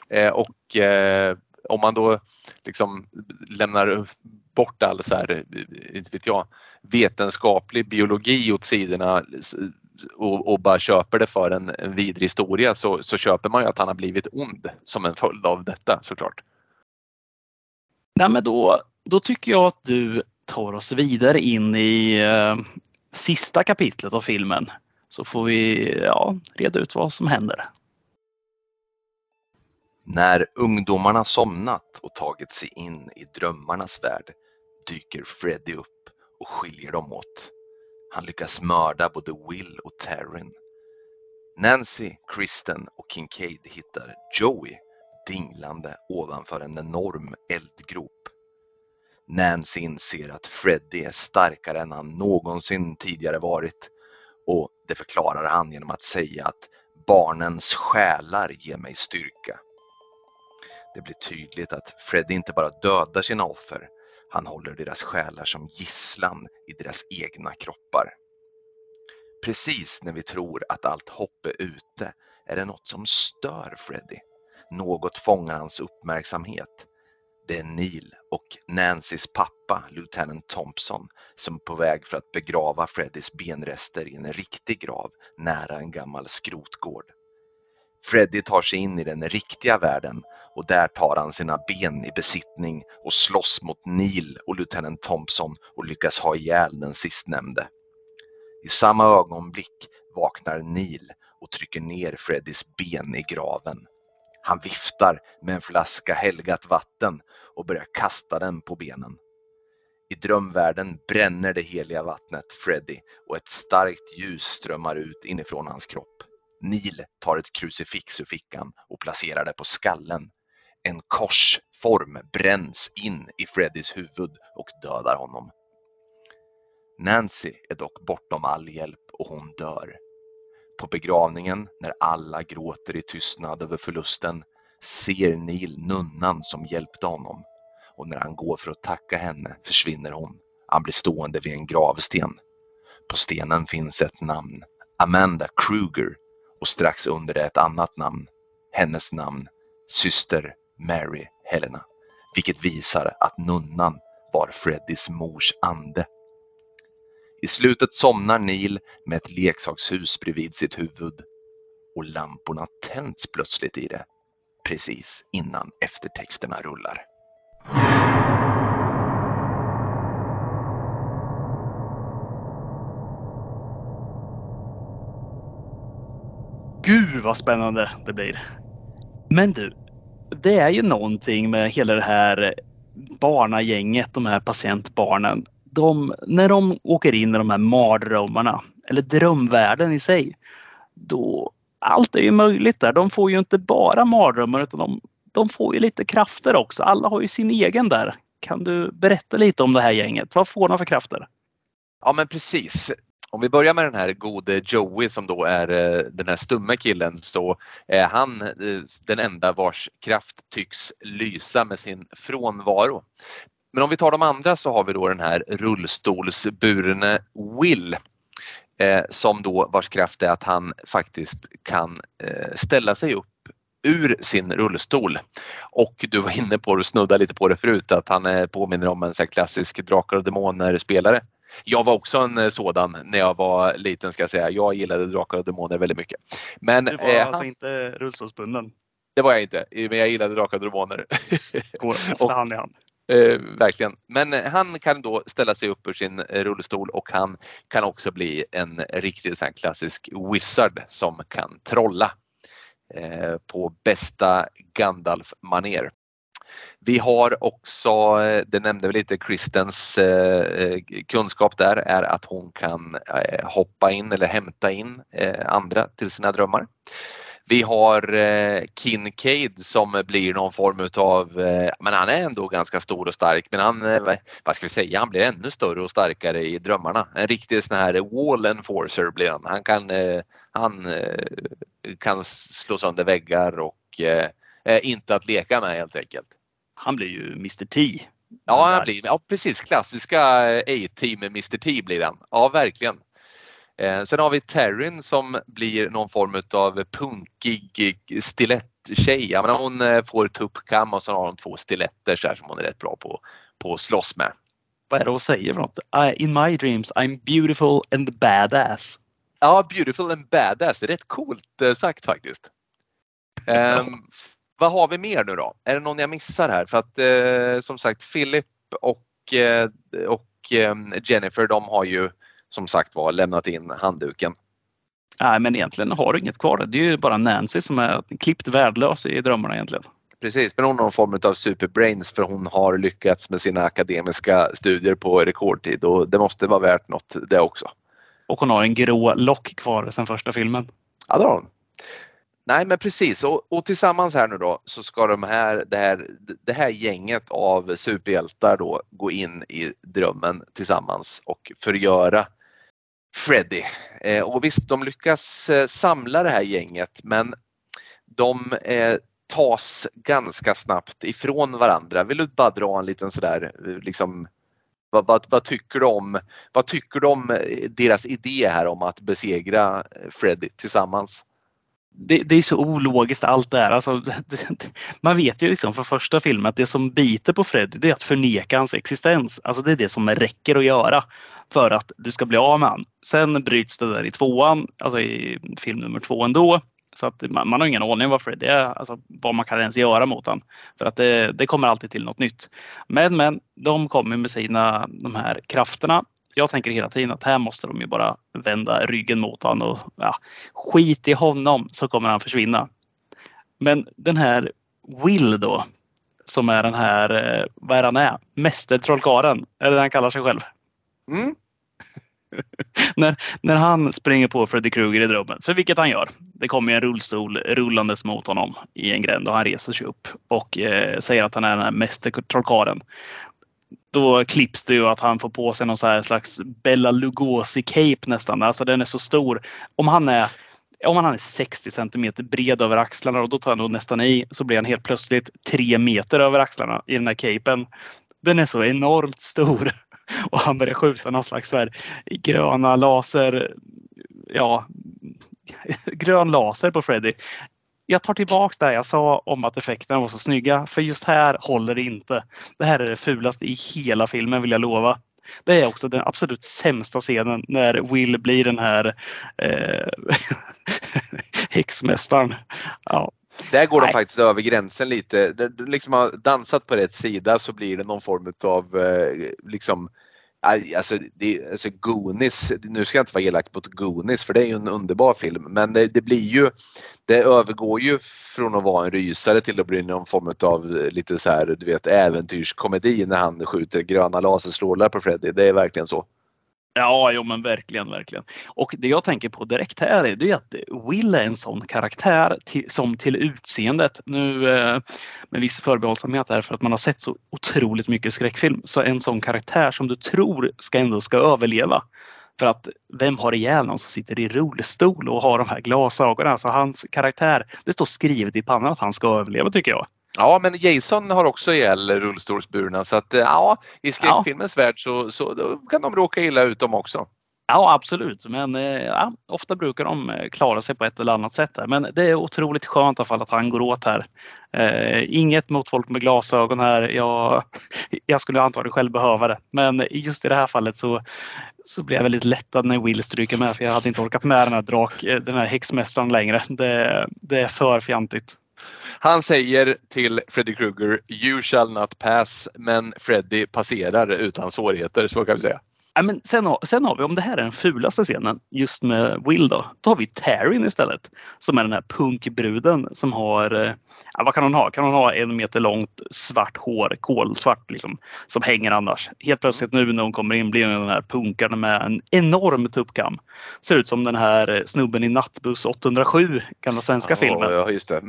Om man då liksom lämnar bort all så här, inte vet jag, vetenskaplig biologi åt sidorna och bara köper det för en vidrig historia, så köper man ju att han har blivit ond som en följd av detta, såklart. Nej, men då tycker jag att du tar oss vidare in i sista kapitlet av filmen, så får vi reda ut vad som händer. När ungdomarna somnat och tagit sig in i drömmarnas värld dyker Freddy upp och skiljer dem åt. Han lyckas mörda både Will och Taryn. Nancy, Kristen och Kincaid hittar Joey dinglande ovanför en enorm eldgrop. Nancy inser att Freddy är starkare än han någonsin tidigare varit, och det förklarar han genom att säga att barnens själar ger mig styrka. Det blir tydligt att Freddy inte bara dödar sina offer, han håller deras själar som gisslan i deras egna kroppar. Precis när vi tror att allt hopp är ute är det något som stör Freddy. Något fångar hans uppmärksamhet. Det är Neil och Nancys pappa, Lieutenant Thompson, som är på väg för att begrava Freddys benrester i en riktig grav nära en gammal skrotgård. Freddy tar sig in i den riktiga världen, och där tar han sina ben i besittning och slåss mot Neil och Lieutenant Thompson och lyckas ha ihjäl den sistnämnde. I samma ögonblick vaknar Neil och trycker ner Freddys ben i graven. Han viftar med en flaska helgat vatten och börjar kasta den på benen. I drömvärlden bränner det heliga vattnet Freddy, och ett starkt ljus strömmar ut inifrån hans kropp. Neil tar ett krucifix ur fickan och placerar det på skallen. En korsform bränns in i Freddys huvud och dödar honom. Nancy är dock bortom all hjälp och hon dör. På begravningen, när alla gråter i tystnad över förlusten, ser Neil nunnan som hjälpte honom. Och när han går för att tacka henne försvinner hon. Han blir stående vid en gravsten. På stenen finns ett namn, Amanda Krueger, och strax under det ett annat namn, hennes namn, syster Mary Helena, vilket visar att nunnan var Freddys mors ande. I slutet somnar Neil med ett leksakshus bredvid sitt huvud, och lamporna tänds plötsligt i det, precis innan eftertexterna rullar. Gud vad spännande det blir. Men du, det är ju någonting med hela det här barnagänget, de här patientbarnen. När de åker in i de här mardrömmarna, eller drömvärlden i sig, då allt är ju möjligt där. De får ju inte bara mardrömmar, utan de får ju lite krafter också. Alla har ju sin egen där. Kan du berätta lite om det här gänget? Vad får de för krafter? Ja, men precis. Om vi börjar med den här gode Joey som då är den här stumme killen, så är han den enda vars kraft tycks lysa med sin frånvaro. Men om vi tar de andra, så har vi då den här rullstolsburne Will, som då vars kraft är att han faktiskt kan ställa sig upp ur sin rullstol. Och du var inne på och snudda lite på det förut, att han påminner om en så här klassisk Drakar och Demoner-spelare. Jag var också en sådan när jag var liten, ska jag säga. Jag gillade Drakar och Demoner väldigt mycket. Men du var alltså inte rullstolsbunden? Det var jag inte, men jag gillade Drakar och Demoner. Går ofta hand i hand. Verkligen. Men han kan då ställa sig upp ur sin rullstol, och han kan också bli en riktigt sån klassisk wizard som kan trolla på bästa Gandalf-manér. Vi har också, det nämnde vi lite, Kristens kunskap där är att hon kan hoppa in eller hämta in andra till sina drömmar. Vi har Kincaid som blir någon form utav, men han är ändå ganska stor och stark, men han, vad ska vi säga, han blir ännu större och starkare i drömmarna. En riktig sån här wall enforcer blir han. Han kan slå sönder väggar och inte att leka med helt enkelt. Han blir ju Mr. T. Ja, han blir, ja precis, klassiska A-team med Mr. T blir han. Ja, verkligen. Sen har vi Taryn som blir någon form av punkig stiletttjej. Jag menar, hon får tuppkam och så har hon 2 stiletter så här, som hon är rätt bra på att slåss med. Vad är det hon säger för något? In my dreams I'm beautiful and badass. Ja, beautiful and badass. Det är rätt coolt sagt faktiskt. Vad har vi mer nu då? Är det någon jag missar här? För att som sagt Philip och Jennifer, de har ju som sagt lämnat in handduken. Nej, men egentligen har du inget kvar. Det är ju bara Nancy som är klippt värdelös i drömmarna egentligen. Precis, men hon har någon form av superbrains för hon har lyckats med sina akademiska studier på rekordtid och det måste vara värt något det också. Och hon har en grå lock kvar sen första filmen. Ja, det har hon. Nej, men precis. Och tillsammans här nu då så ska det här gänget av superhjältar då gå in i drömmen tillsammans och förgöra Freddy. Och visst, de lyckas samla det här gänget, men de tas ganska snabbt ifrån varandra. Vill du bara dra en liten sådär liksom, vad tycker du om deras idé här om att besegra Freddy tillsammans? Det är så ologiskt allt det här. Alltså, man vet ju liksom för första filmen att det som biter på Freddy, det är att förneka hans existens. Alltså det är det som räcker att göra för att du ska bli av med han. Sen bryts det där i 2:an, alltså i film nummer 2 ändå. Så att man har ingen aning vad Freddy är, alltså vad man kan ens göra mot han. För att det kommer alltid till något nytt. Men de kommer med de här krafterna. Jag tänker hela tiden att här måste de ju bara vända ryggen mot honom och skit i honom så kommer han försvinna. Men den här Will då, som är den här, vad är han är? Mästertrollkaren, är det han kallar sig själv? Mm. när han springer på Freddy Krueger i drömmen, för vilket han gör. Det kommer en rullstol rullandes mot honom i en gränd och han reser sig upp och säger att han är den här mästertrollkaren. Då klipps det ju att han får på sig någon så här slags Bela Lugosi-cape nästan. Alltså den är så stor. Om han är 60 centimeter bred över axlarna och då tar han då nästan i, så blir han helt plötsligt 3 meter över axlarna i den här capen. Den är så enormt stor. Och han börjar skjuta någon slags så här gröna laser. Ja, grön laser på Freddy. Jag tar tillbaks det jag sa om att effekterna var så snygga. För just här håller det inte. Det här är det fulaste i hela filmen, vill jag lova. Det är också den absolut sämsta scenen när Will blir den här häxmästaren. Ja. Där går de faktiskt över gränsen lite. Du liksom har dansat på rätt sida så blir det någon form av liksom... Alltså Goonies, nu ska jag inte vara elak mot Goonies för det är ju en underbar film, men det övergår ju från att vara en rysare till att bli någon form av lite så här, du vet, äventyrskomedi när han skjuter gröna laserstrålar på Freddy. Det är verkligen så. Ja, jo, men verkligen. Och det jag tänker på direkt här är det att Will är en sån karaktär som till utseendet, nu med viss förbehållsamhet här för att man har sett så otroligt mycket skräckfilm, så en sån karaktär som du tror ska överleva. För att vem har ihjäl någon som sitter i rullstol och har de här glasögonen? Alltså hans karaktär, det står skrivet i pannan att han ska överleva, tycker jag. Ja, men Jason har också ihjäl rullstolsburna så att i skräckfilmens värld så då kan de råka illa ut dem också. Ja, absolut. Men ofta brukar de klara sig på ett eller annat sätt. Här. Men det är otroligt skönt i alla fall att han går åt här. Inget mot folk med glasögon här. Jag skulle antagligen själv behöva det. Men just i det här fallet så blev jag väldigt lättad när Will stryker med. För jag hade inte orkat med den här häxmästaren längre. Det är för fjantigt. Han säger till Freddy Krueger, you shall not pass, men Freddy passerar utan svårigheter, så kan vi säga. Men sen har vi, om det här är den fulaste scenen just med Will då har vi Taryn istället. Som är den här punkbruden som har, vad kan hon ha? Kan hon ha 1 meter långt svart hår, kolsvart liksom, som hänger annars. Helt plötsligt nu när hon kommer in blir hon den här punkaren med en enorm tuppkam. Ser ut som den här snubben i Nattbuss 807, gamla svenska filmen. Ja, just det.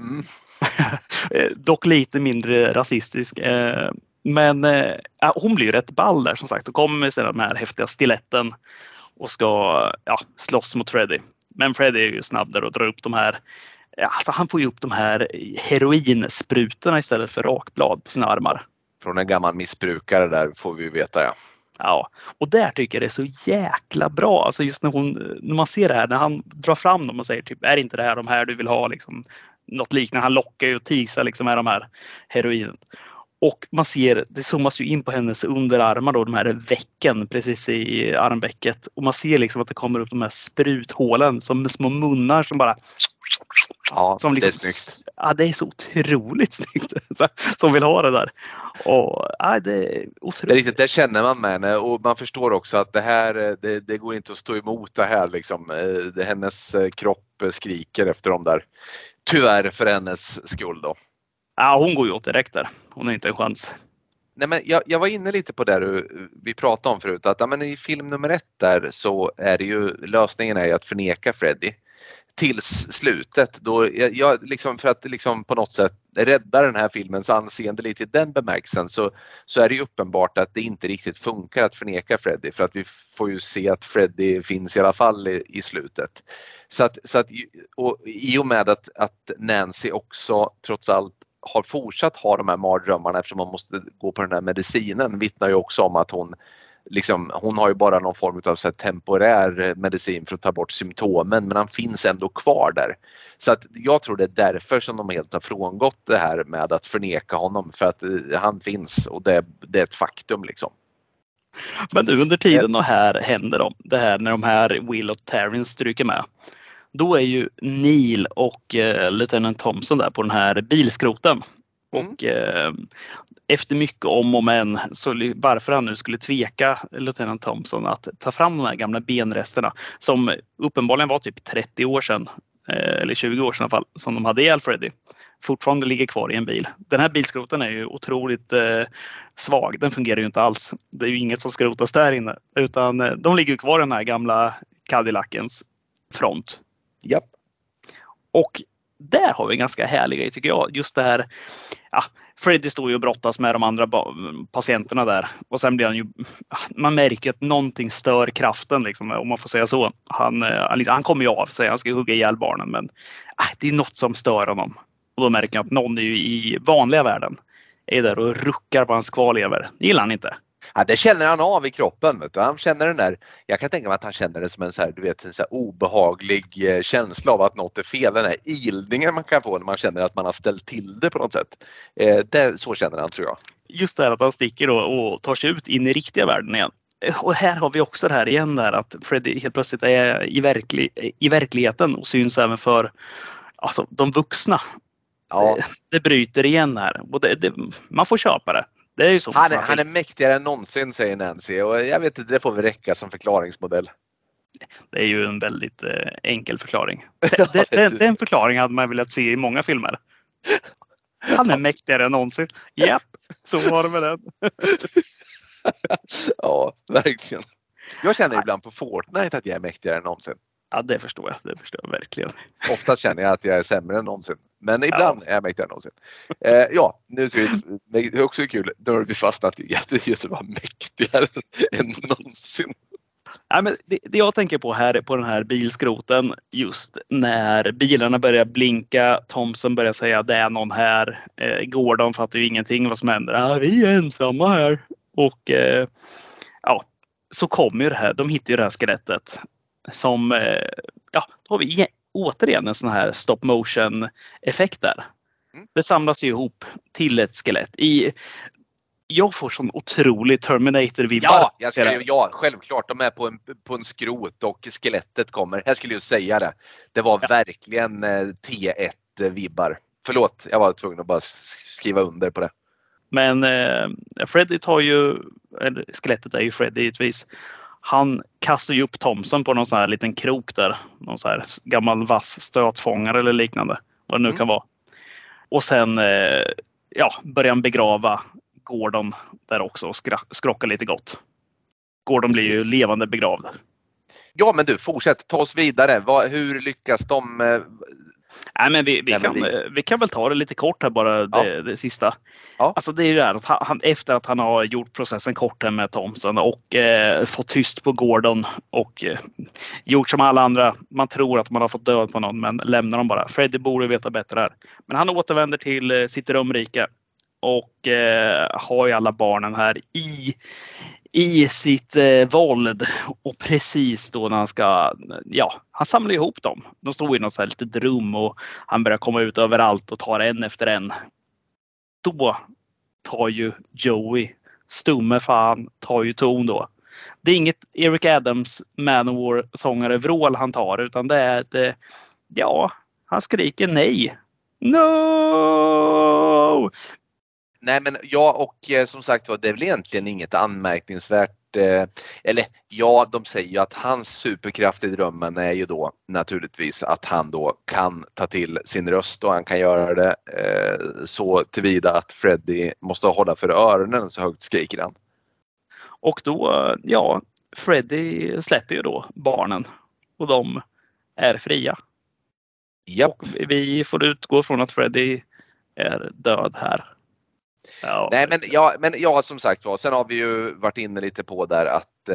Dock lite mindre rasistisk. Men hon blir ju rätt ball där som sagt och kommer med de här häftiga stiletten och ska slåss mot Freddy. Men Freddy är ju snabb där och drar upp de här, alltså han får ju upp de här heroinsprutorna istället för rakblad på sina armar. Från en gammal missbrukare där får vi veta, ja. Ja, och där tycker jag det är så jäkla bra. Alltså just när man ser det här, när han drar fram dem och säger typ, är inte det här de här du vill ha liksom, något liknande. Han lockar ju och teasar liksom med de här heroinet. Och man ser, det zoomas ju in på hennes underarmar då, de här vecken precis i armvecket. Och man ser liksom att det kommer upp de här spruthålen som små munnar som bara... Ja, som liksom, det är snyggt. Ja, det är så otroligt snyggt. Som vill ha det där. Och det är otroligt. Det är riktigt, det känner man med henne och man förstår också att det här, det går inte att stå emot det här liksom. Hennes kropp skriker efter dem där. Tyvärr för hennes skull då. Ja, hon går ju åt direkt där. Hon har inte en chans. Nej, men jag var inne lite på det vi pratade om förut. Att men i film nummer 1 där så är det ju, lösningen är ju att förneka Freddy. Tills slutet då jag liksom, för att liksom på något sätt rädda den här filmens anseende lite i den bemärkelsen så är det ju uppenbart att det inte riktigt funkar att förneka Freddy för att vi får ju se att Freddy finns i alla fall i slutet. Så att och i och med att Nancy också trots allt har fortsatt ha de här mardrömmarna eftersom man måste gå på den här medicinen vittnar ju också om att hon har ju bara någon form av så här temporär medicin för att ta bort symptomen men han finns ändå kvar där. Så att jag tror det är därför som de helt har frångått det här med att förneka honom för att han finns och det är ett faktum liksom. Men nu under tiden och här händer det här när de här Will och Taryn stryker med. Då är ju Neil och Lieutenant Thompson där på den här bilskroten. Och efter mycket om och men så varför han nu skulle tveka Lieutenant Thompson att ta fram de här gamla benresterna som uppenbarligen var typ 30 år sedan eller 20 år sedan i alla fall som de hade ihjäl Freddy fortfarande ligger kvar i en bil. Den här bilskroten är ju otroligt svag. Den fungerar ju inte alls. Det är ju inget som skrotas där inne utan de ligger kvar i den här gamla Cadillacens front. Japp. Och där har vi en ganska härlig grej tycker jag. Just det här, Freddy står ju och brottas med de andra patienterna där. Och sen blir han ju, man märker att någonting stör kraften liksom, om man får säga så. Han kommer ju av sig, han ska hugga ihjäl barnen. Men det är något som stör honom. Och då märker jag att någon är ju i vanliga världen är där och ruckar på hans kvarlever. Det gillar han inte. Ja, det känner han av i kroppen. Vet du. Han känner den där, jag kan tänka mig att han känner det som en, så här, du vet, en så här obehaglig känsla av att något är fel. Den här ilningen man kan få när man känner att man har ställt till det på något sätt. Så känner han tror jag. Just det här att han sticker då och tar sig ut in i riktiga världen igen. Och här har vi också det här igen där att Freddy helt plötsligt är i verkligheten och syns även för de vuxna. Ja. Det bryter igen här. Och man får köpa det. Det är ju så han är mäktigare än någonsin säger Nancy och jag vet inte, det får väl räcka som förklaringsmodell. Det är ju en väldigt enkel förklaring. Den förklaringen hade man velat se i många filmer. Han är mäktigare än någonsin. Japp, så var det med den. Ja, verkligen. Jag känner ibland på Fortnite att jag är mäktigare än någonsin. Ja, det förstår jag verkligen. Oftast känner jag att jag är sämre än någonsin. Men ibland är jag mäktigare än någonsin. Nu ska det är också kul. Då har vi fastnat i att just vara mäktigare än någonsin. Ja, men det jag tänker på här på den här bilskroten just när bilarna börjar blinka, Thompson börjar säga det är någon här, Gordon fattar ju ingenting vad som händer. Vi är ensamma här. Och så kommer ju det här, de hittar ju det här skelettet som, då har vi återigen en sån här stop motion effekt där. Det samlas ju ihop till ett skelett. Jag får sån otrolig Terminator-vibbar. Ja, självklart. De är på en skrot och skelettet kommer. Jag skulle ju säga det. Det var verkligen T1-vibbar. Förlåt, jag var tvungen att bara skriva under på det. Men Freddy tar ju, eller skelettet är ju Freddy givetvis. Han kastar ju upp Thompson på någon sån här liten krok där. Någon sån här gammal vass stötfångare eller liknande. Vad det nu kan vara. Och sen börjar han begrava Gordon där också och skrocka lite gott. Gordon blir ju levande begravd. Ja, men du, fortsätt. Ta oss vidare. Hur lyckas de? Nej, men vi kan väl ta det lite kort här bara, det sista. Ja. Alltså det är ju det här att han, efter att han har gjort processen kort här med Thompson och fått tyst på Gordon och gjort som alla andra. Man tror att man har fått död på någon, men lämnar dem bara. Freddy borde veta bättre här. Men han återvänder till sitt rumrike och har ju alla barnen här i sitt våld, och precis då när han ska, han samlar ihop dem. De står i något så här litet rum och han börjar komma ut överallt och tar en efter en. Då tar ju Joey, stumme fan, tar ju ton då. Det är inget Eric Adams Manowar-sångare vrål han tar, utan det är han skriker nej. No! Nej, men som sagt var, det är väl egentligen inget anmärkningsvärt. De säger ju att hans superkraft i drömmen är ju då naturligtvis att han då kan ta till sin röst, och han kan göra det så tillvida att Freddy måste hålla för öronen, så högt skriker han. Och då, Freddy släpper ju då barnen och de är fria. Ja. Och vi får utgå från att Freddy är död här. Ja. Nej, men som sagt var, sen har vi ju varit inne lite på där att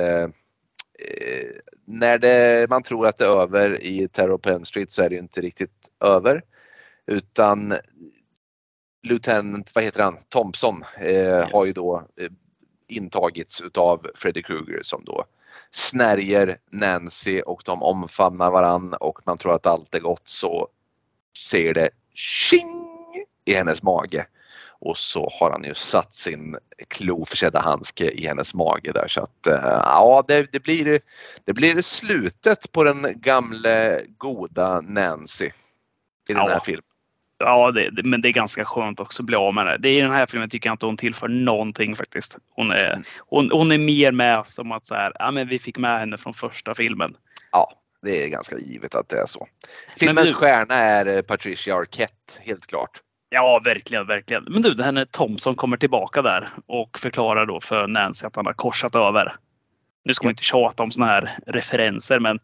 när man tror att det är över i Terror på Elm Street, så är det ju inte riktigt över, utan Lieutenant, Thompson har ju då intagits utav Freddy Krueger, som då snärjer Nancy och de omfamnar varann, och man tror att allt är gott, så ser det tjing i hennes mage. Och så har han ju satt sin kloförsedda handske i hennes mage där, så att det blir slutet på den gamla goda Nancy i den här filmen. Ja, men det är ganska skönt också att bli av med det. I den här filmen tycker jag inte hon tillför någonting faktiskt. Hon är mer med som att så här, men vi fick med henne från första filmen. Ja, det är ganska givet att det är så. Filmens stjärna är Patricia Arquette, helt klart. Ja, verkligen, verkligen. Men du, det här när Thompson kommer tillbaka där och förklarar då för Nancy att han har korsat över. Nu ska man inte tjata om såna här referenser, men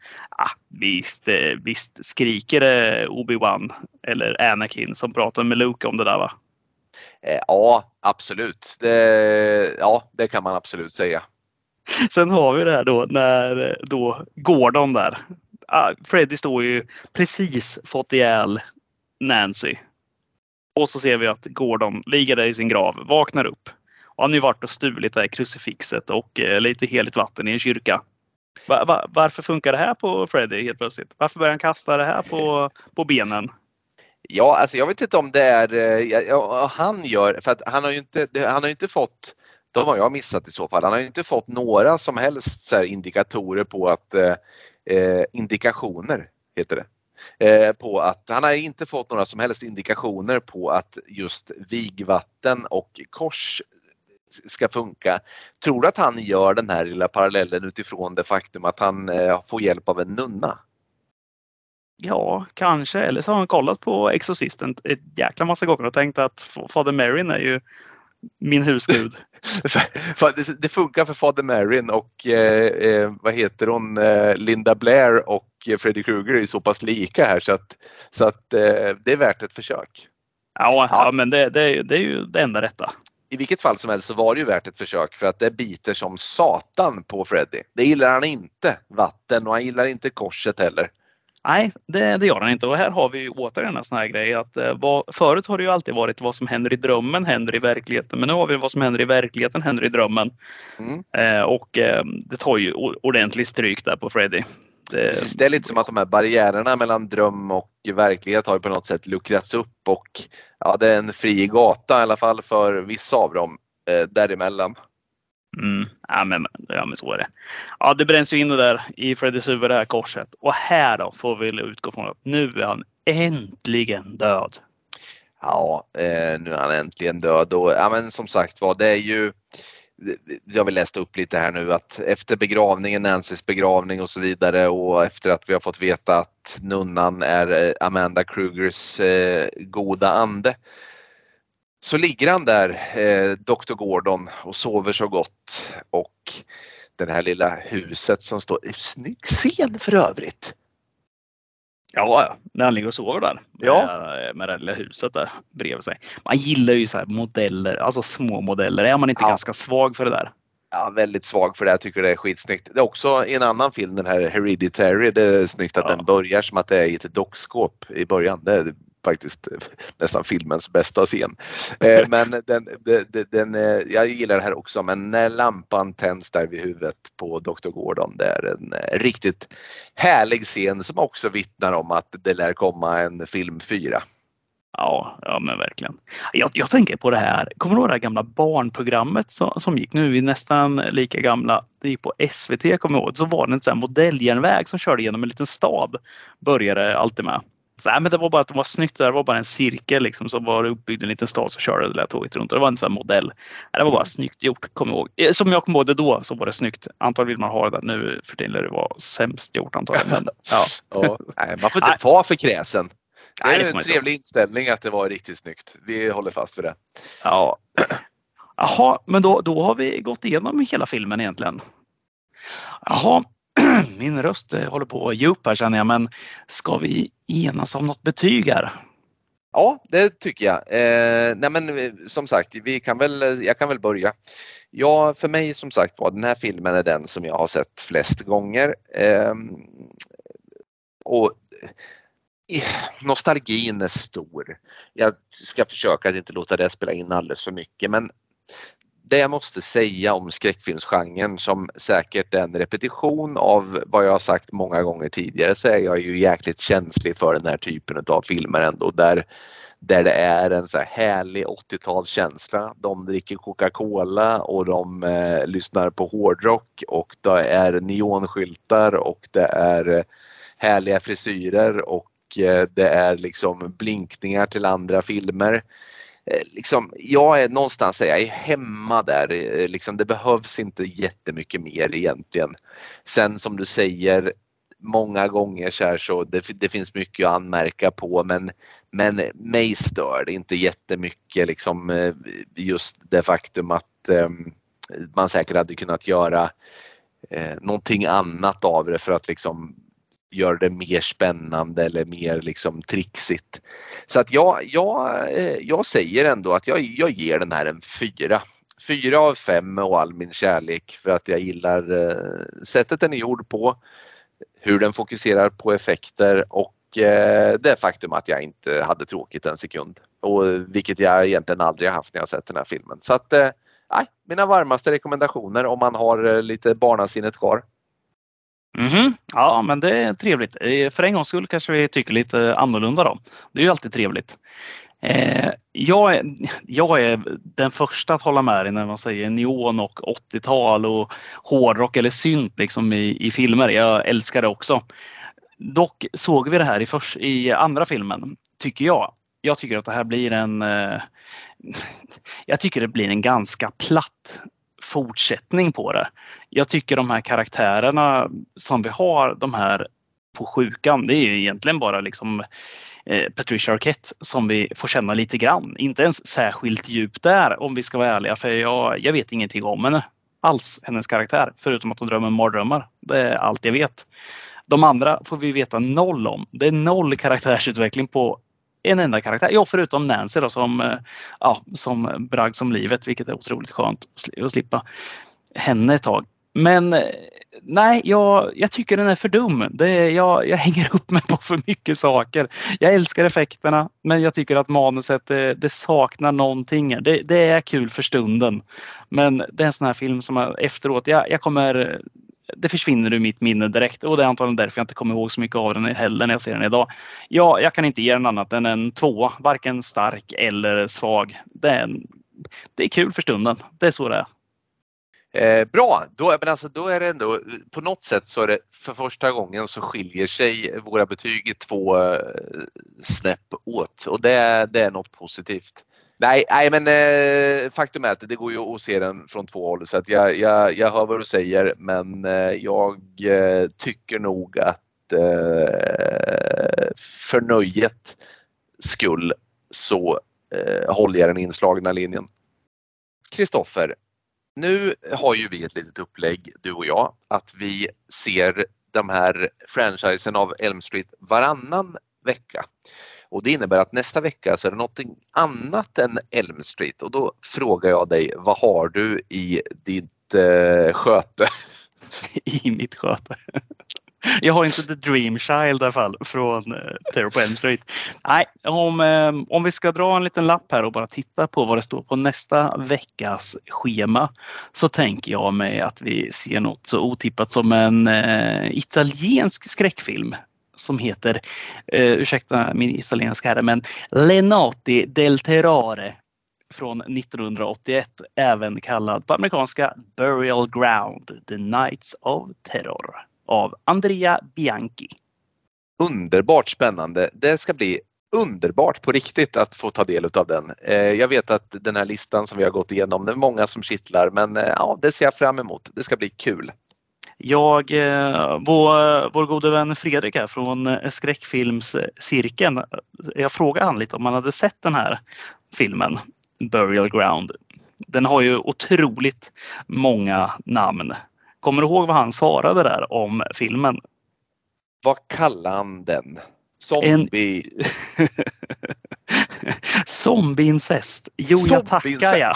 visst skriker Obi-Wan eller Anakin som pratar med Luke om det där, va? Ja, absolut. Det kan man absolut säga. Sen har vi det här då när då Gordon där. Freddy står ju precis fått ihjäl Nancy. Och så ser vi att Gordon ligger där i sin grav, vaknar upp. Och han har ju varit och stulit det här krucifixet och lite heligt vatten i en kyrka. Varför funkar det här på Freddy helt plötsligt? Varför börjar han kasta det här på benen? Ja, alltså jag vet inte om det är han gör, för att han har ju inte fått, de har jag missat i så fall, han har ju inte fått några som helst så här indikatorer på att indikationer heter det. På att han har inte fått några som helst indikationer på att just vigvatten och kors ska funka. Tror du att han gör den här lilla parallellen utifrån det faktum att han får hjälp av en nunna? Ja, kanske. Eller så har han kollat på Exorcisten ett jäkla massa gånger och tänkt att Father Merrin är ju min husgud. Det funkar för Father Merrin och vad heter hon, Linda Blair och Freddy Krueger är ju så pass lika här så att det är värt ett försök. Ja, men det är ju det enda rätta. I vilket fall som helst så var det ju värt ett försök, för att det biter som satan på Freddy. Det gillar han inte, vatten, och han gillar inte korset heller. Nej, det gör han inte. Och här har vi ju återigen en sån här grej att förut har det ju alltid varit vad som händer i drömmen händer i verkligheten. Men nu har vi vad som händer i verkligheten händer i drömmen. Och det tar ju ordentligt stryk där på Freddy. Det är lite som att de här barriärerna mellan dröm och verklighet har på något sätt luckrats upp, och det är en fri gata i alla fall för vissa av dem däremellan. Ja, men så är det. Ja, det bränns ju in där i Freddys huvud, det här korset. Och här då får vi utgå från att nu är han äntligen död. Ja, nu är han äntligen död. Och, men som sagt var, det är ju jag vill läsa upp lite här nu, att efter begravningen, Nancys begravning och så vidare, och efter att vi har fått veta att nunnan är Amanda Krugers goda ande, så ligger han där, Dr. Gordon, och sover så gott. Och det här lilla huset som står, snygg scen för övrigt. Ja, när han ligger och sover där. Ja. Med det lilla huset där bredvid sig. Man gillar ju så här modeller, alltså små modeller. Är man inte ganska svag för det där? Ja, väldigt svag för det. Jag tycker det är skitsnyggt. Det är också i en annan film, den här Hereditary. Det är snyggt att den börjar som att det är i ett dockskåp i början. Det är faktiskt nästan filmens bästa scen. Men jag gillar det här också. Men när lampan tänds där vid huvudet på Dr. Gordon, det är en riktigt härlig scen som också vittnar om att det lär komma en film 4. Ja, men verkligen. Jag tänker på det här. Kommer du ihåg det här gamla barnprogrammet som gick? Nu är vi nästan lika gamla. Det gick på SVT, kommer jag ihåg. Så var det en sån här modelljärnväg som körde genom en liten stad. Började alltid med. Så, men det var bara att det var snyggt. Det var bara en cirkel liksom, som var uppbyggd en liten stad, så körde det där tåget runt. Det var en sån här modell. Det var bara snyggt gjort, kommer jag ihåg. Som jag kommer ihåg det då, så var det snyggt. Antagligen vill man ha det där nu, för det var sämst gjort antagligen. Men, Nej, man får inte vara för kräsen. Det är en trevlig inte. inställning att det var riktigt snyggt. Vi håller fast vid det. Ja. Jaha, men då har vi gått igenom hela filmen egentligen. Jaha, min röst håller på att ge upp här, känner jag. Men ska vi enas om något betyg här? Ja, det tycker jag. Nej, men som sagt, jag kan väl börja. Ja, för mig som sagt var, den här filmen är den som jag har sett flest gånger. Och nostalgin är stor. Jag ska försöka att inte låta det spela in alldeles för mycket, men det jag måste säga om skräckfilmsgenren, som säkert är en repetition av vad jag har sagt många gånger tidigare, så är jag ju jäkligt känslig för den här typen av filmer ändå, där det är en så här härlig 80-talskänsla. De dricker Coca-Cola och de lyssnar på hårdrock, och det är neonskyltar och det är härliga frisyrer och det är liksom blinkningar till andra filmer. Liksom, jag är någonstans, jag är hemma där. Liksom, det behövs inte jättemycket mer egentligen. Sen som du säger, många gånger så här, så det finns mycket att anmärka på, men mig stör det inte jättemycket, liksom, just det faktum att man säkert hade kunnat göra någonting annat av det för att liksom gör det mer spännande eller mer liksom trixigt. Så att jag säger ändå att jag ger den här en 4. 4 av 5 och all min kärlek, för att jag gillar sättet den är gjord på, hur den fokuserar på effekter och det faktum att jag inte hade tråkigt en sekund. Och vilket jag egentligen aldrig har haft när jag sett den här filmen. Så att mina varmaste rekommendationer om man har lite barnasinnet kvar. Ja, men det är trevligt. För en gångs skull kanske vi tycker lite annorlunda då. Det är ju alltid trevligt. Jag är den första att hålla med dig när man säger neon och 80-tal och hårdrock eller synt liksom i filmer. Jag älskar det också. Dock såg vi det här i andra filmen, tycker jag. Jag tycker att det här blir en ganska platt fortsättning på det. Jag tycker de här karaktärerna som vi har, de här på sjukan, det är ju egentligen bara liksom Patricia Arquette som vi får känna lite grann. Inte ens särskilt djupt där, om vi ska vara ärliga, för jag vet ingenting om henne alls, hennes karaktär, förutom att hon drömmer mardrömmar. Det är allt jag vet. De andra får vi veta noll om. Det är noll karaktärsutveckling på en enda karaktär. Ja, förutom Nancy då, som bragd som livet, vilket är otroligt skönt att slippa henne ett tag. Men nej, jag tycker den är för dum. Jag hänger upp mig på för mycket saker. Jag älskar effekterna, men jag tycker att manuset det saknar någonting. Det är kul för stunden. Men det är en sån här film som efteråt, det försvinner ur mitt minne direkt, och det är antagligen därför jag inte kommer ihåg så mycket av den heller när jag ser den idag. Jag kan inte ge den annat än en 2, varken stark eller svag. Det är kul för stunden. Det är så det är. Bra, då är det ändå på något sätt, så är det för första gången så skiljer sig våra betyg i 2 snäpp åt, och det är något positivt. Nej, men faktum är att det går ju att se den från två håll, så att jag hör vad du säger, men jag tycker nog att för nöjet skull så håller jag den inslagna linjen. Kristoffer, nu har ju vi ett litet upplägg, du och jag, att vi ser de här franchisen av Elm Street varannan vecka. Och det innebär att nästa vecka så är det något annat än Elm Street. Och då frågar jag dig, vad har du i ditt sköte? I mitt sköte. Jag har inte The Dream Child i alla fall från Terror på Elm Street. Nej, om vi ska dra en liten lapp här och bara titta på vad det står på nästa veckas schema, så tänker jag mig att vi ser något så otippat som en italiensk skräckfilm som heter, ursäkta min italienska här, men Le Notti del Terrore från 1981, även kallad på amerikanska Burial Ground, The Nights of Terror av Andrea Bianchi. Underbart spännande. Det ska bli underbart på riktigt att få ta del av den. Jag vet att den här listan som vi har gått igenom, det är många som kittlar, men ja, det ser jag fram emot. Det ska bli kul. Vår gode vän Fredrik här från skräckfilmscirkeln, jag frågade han lite om han hade sett den här filmen Burial Ground. Den har ju otroligt många namn. Kommer du ihåg vad han svarade där om filmen? Vad kallar han den? Zombie... Zombie-incest. Jo, jag tackar jag.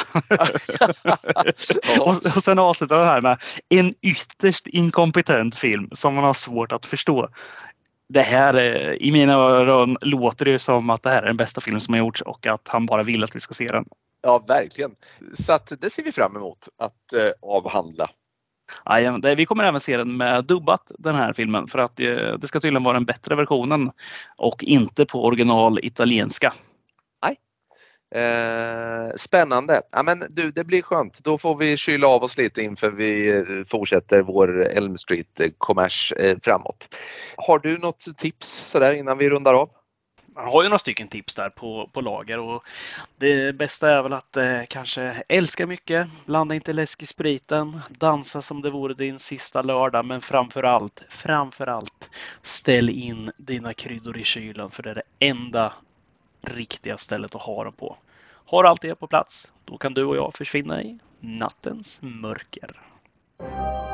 och sen avslutar det här med en ytterst inkompetent film som man har svårt att förstå. Det här, i mina öron, låter det som att det här är den bästa film som har gjorts och att han bara vill att vi ska se den. Ja, verkligen. Så att det ser vi fram emot att avhandla. Ja, vi kommer även se den med dubbat, den här filmen, för att det ska tydligen vara den bättre versionen och inte på original italienska. Nej. Spännande. Ja, men du, det blir skönt. Då får vi kyla av oss lite inför vi fortsätter vår Elm Street-kommers framåt. Har du något tips sådär innan vi rundar av? Man har ju några stycken tips där på lager, och det bästa är väl att kanske älska mycket, blanda inte läsk i spriten, dansa som det vore din sista lördag, men framför allt ställ in dina kryddor i kylen, för det är det enda riktiga stället att ha dem på. Har allt det på plats, då kan du och jag försvinna i nattens mörker.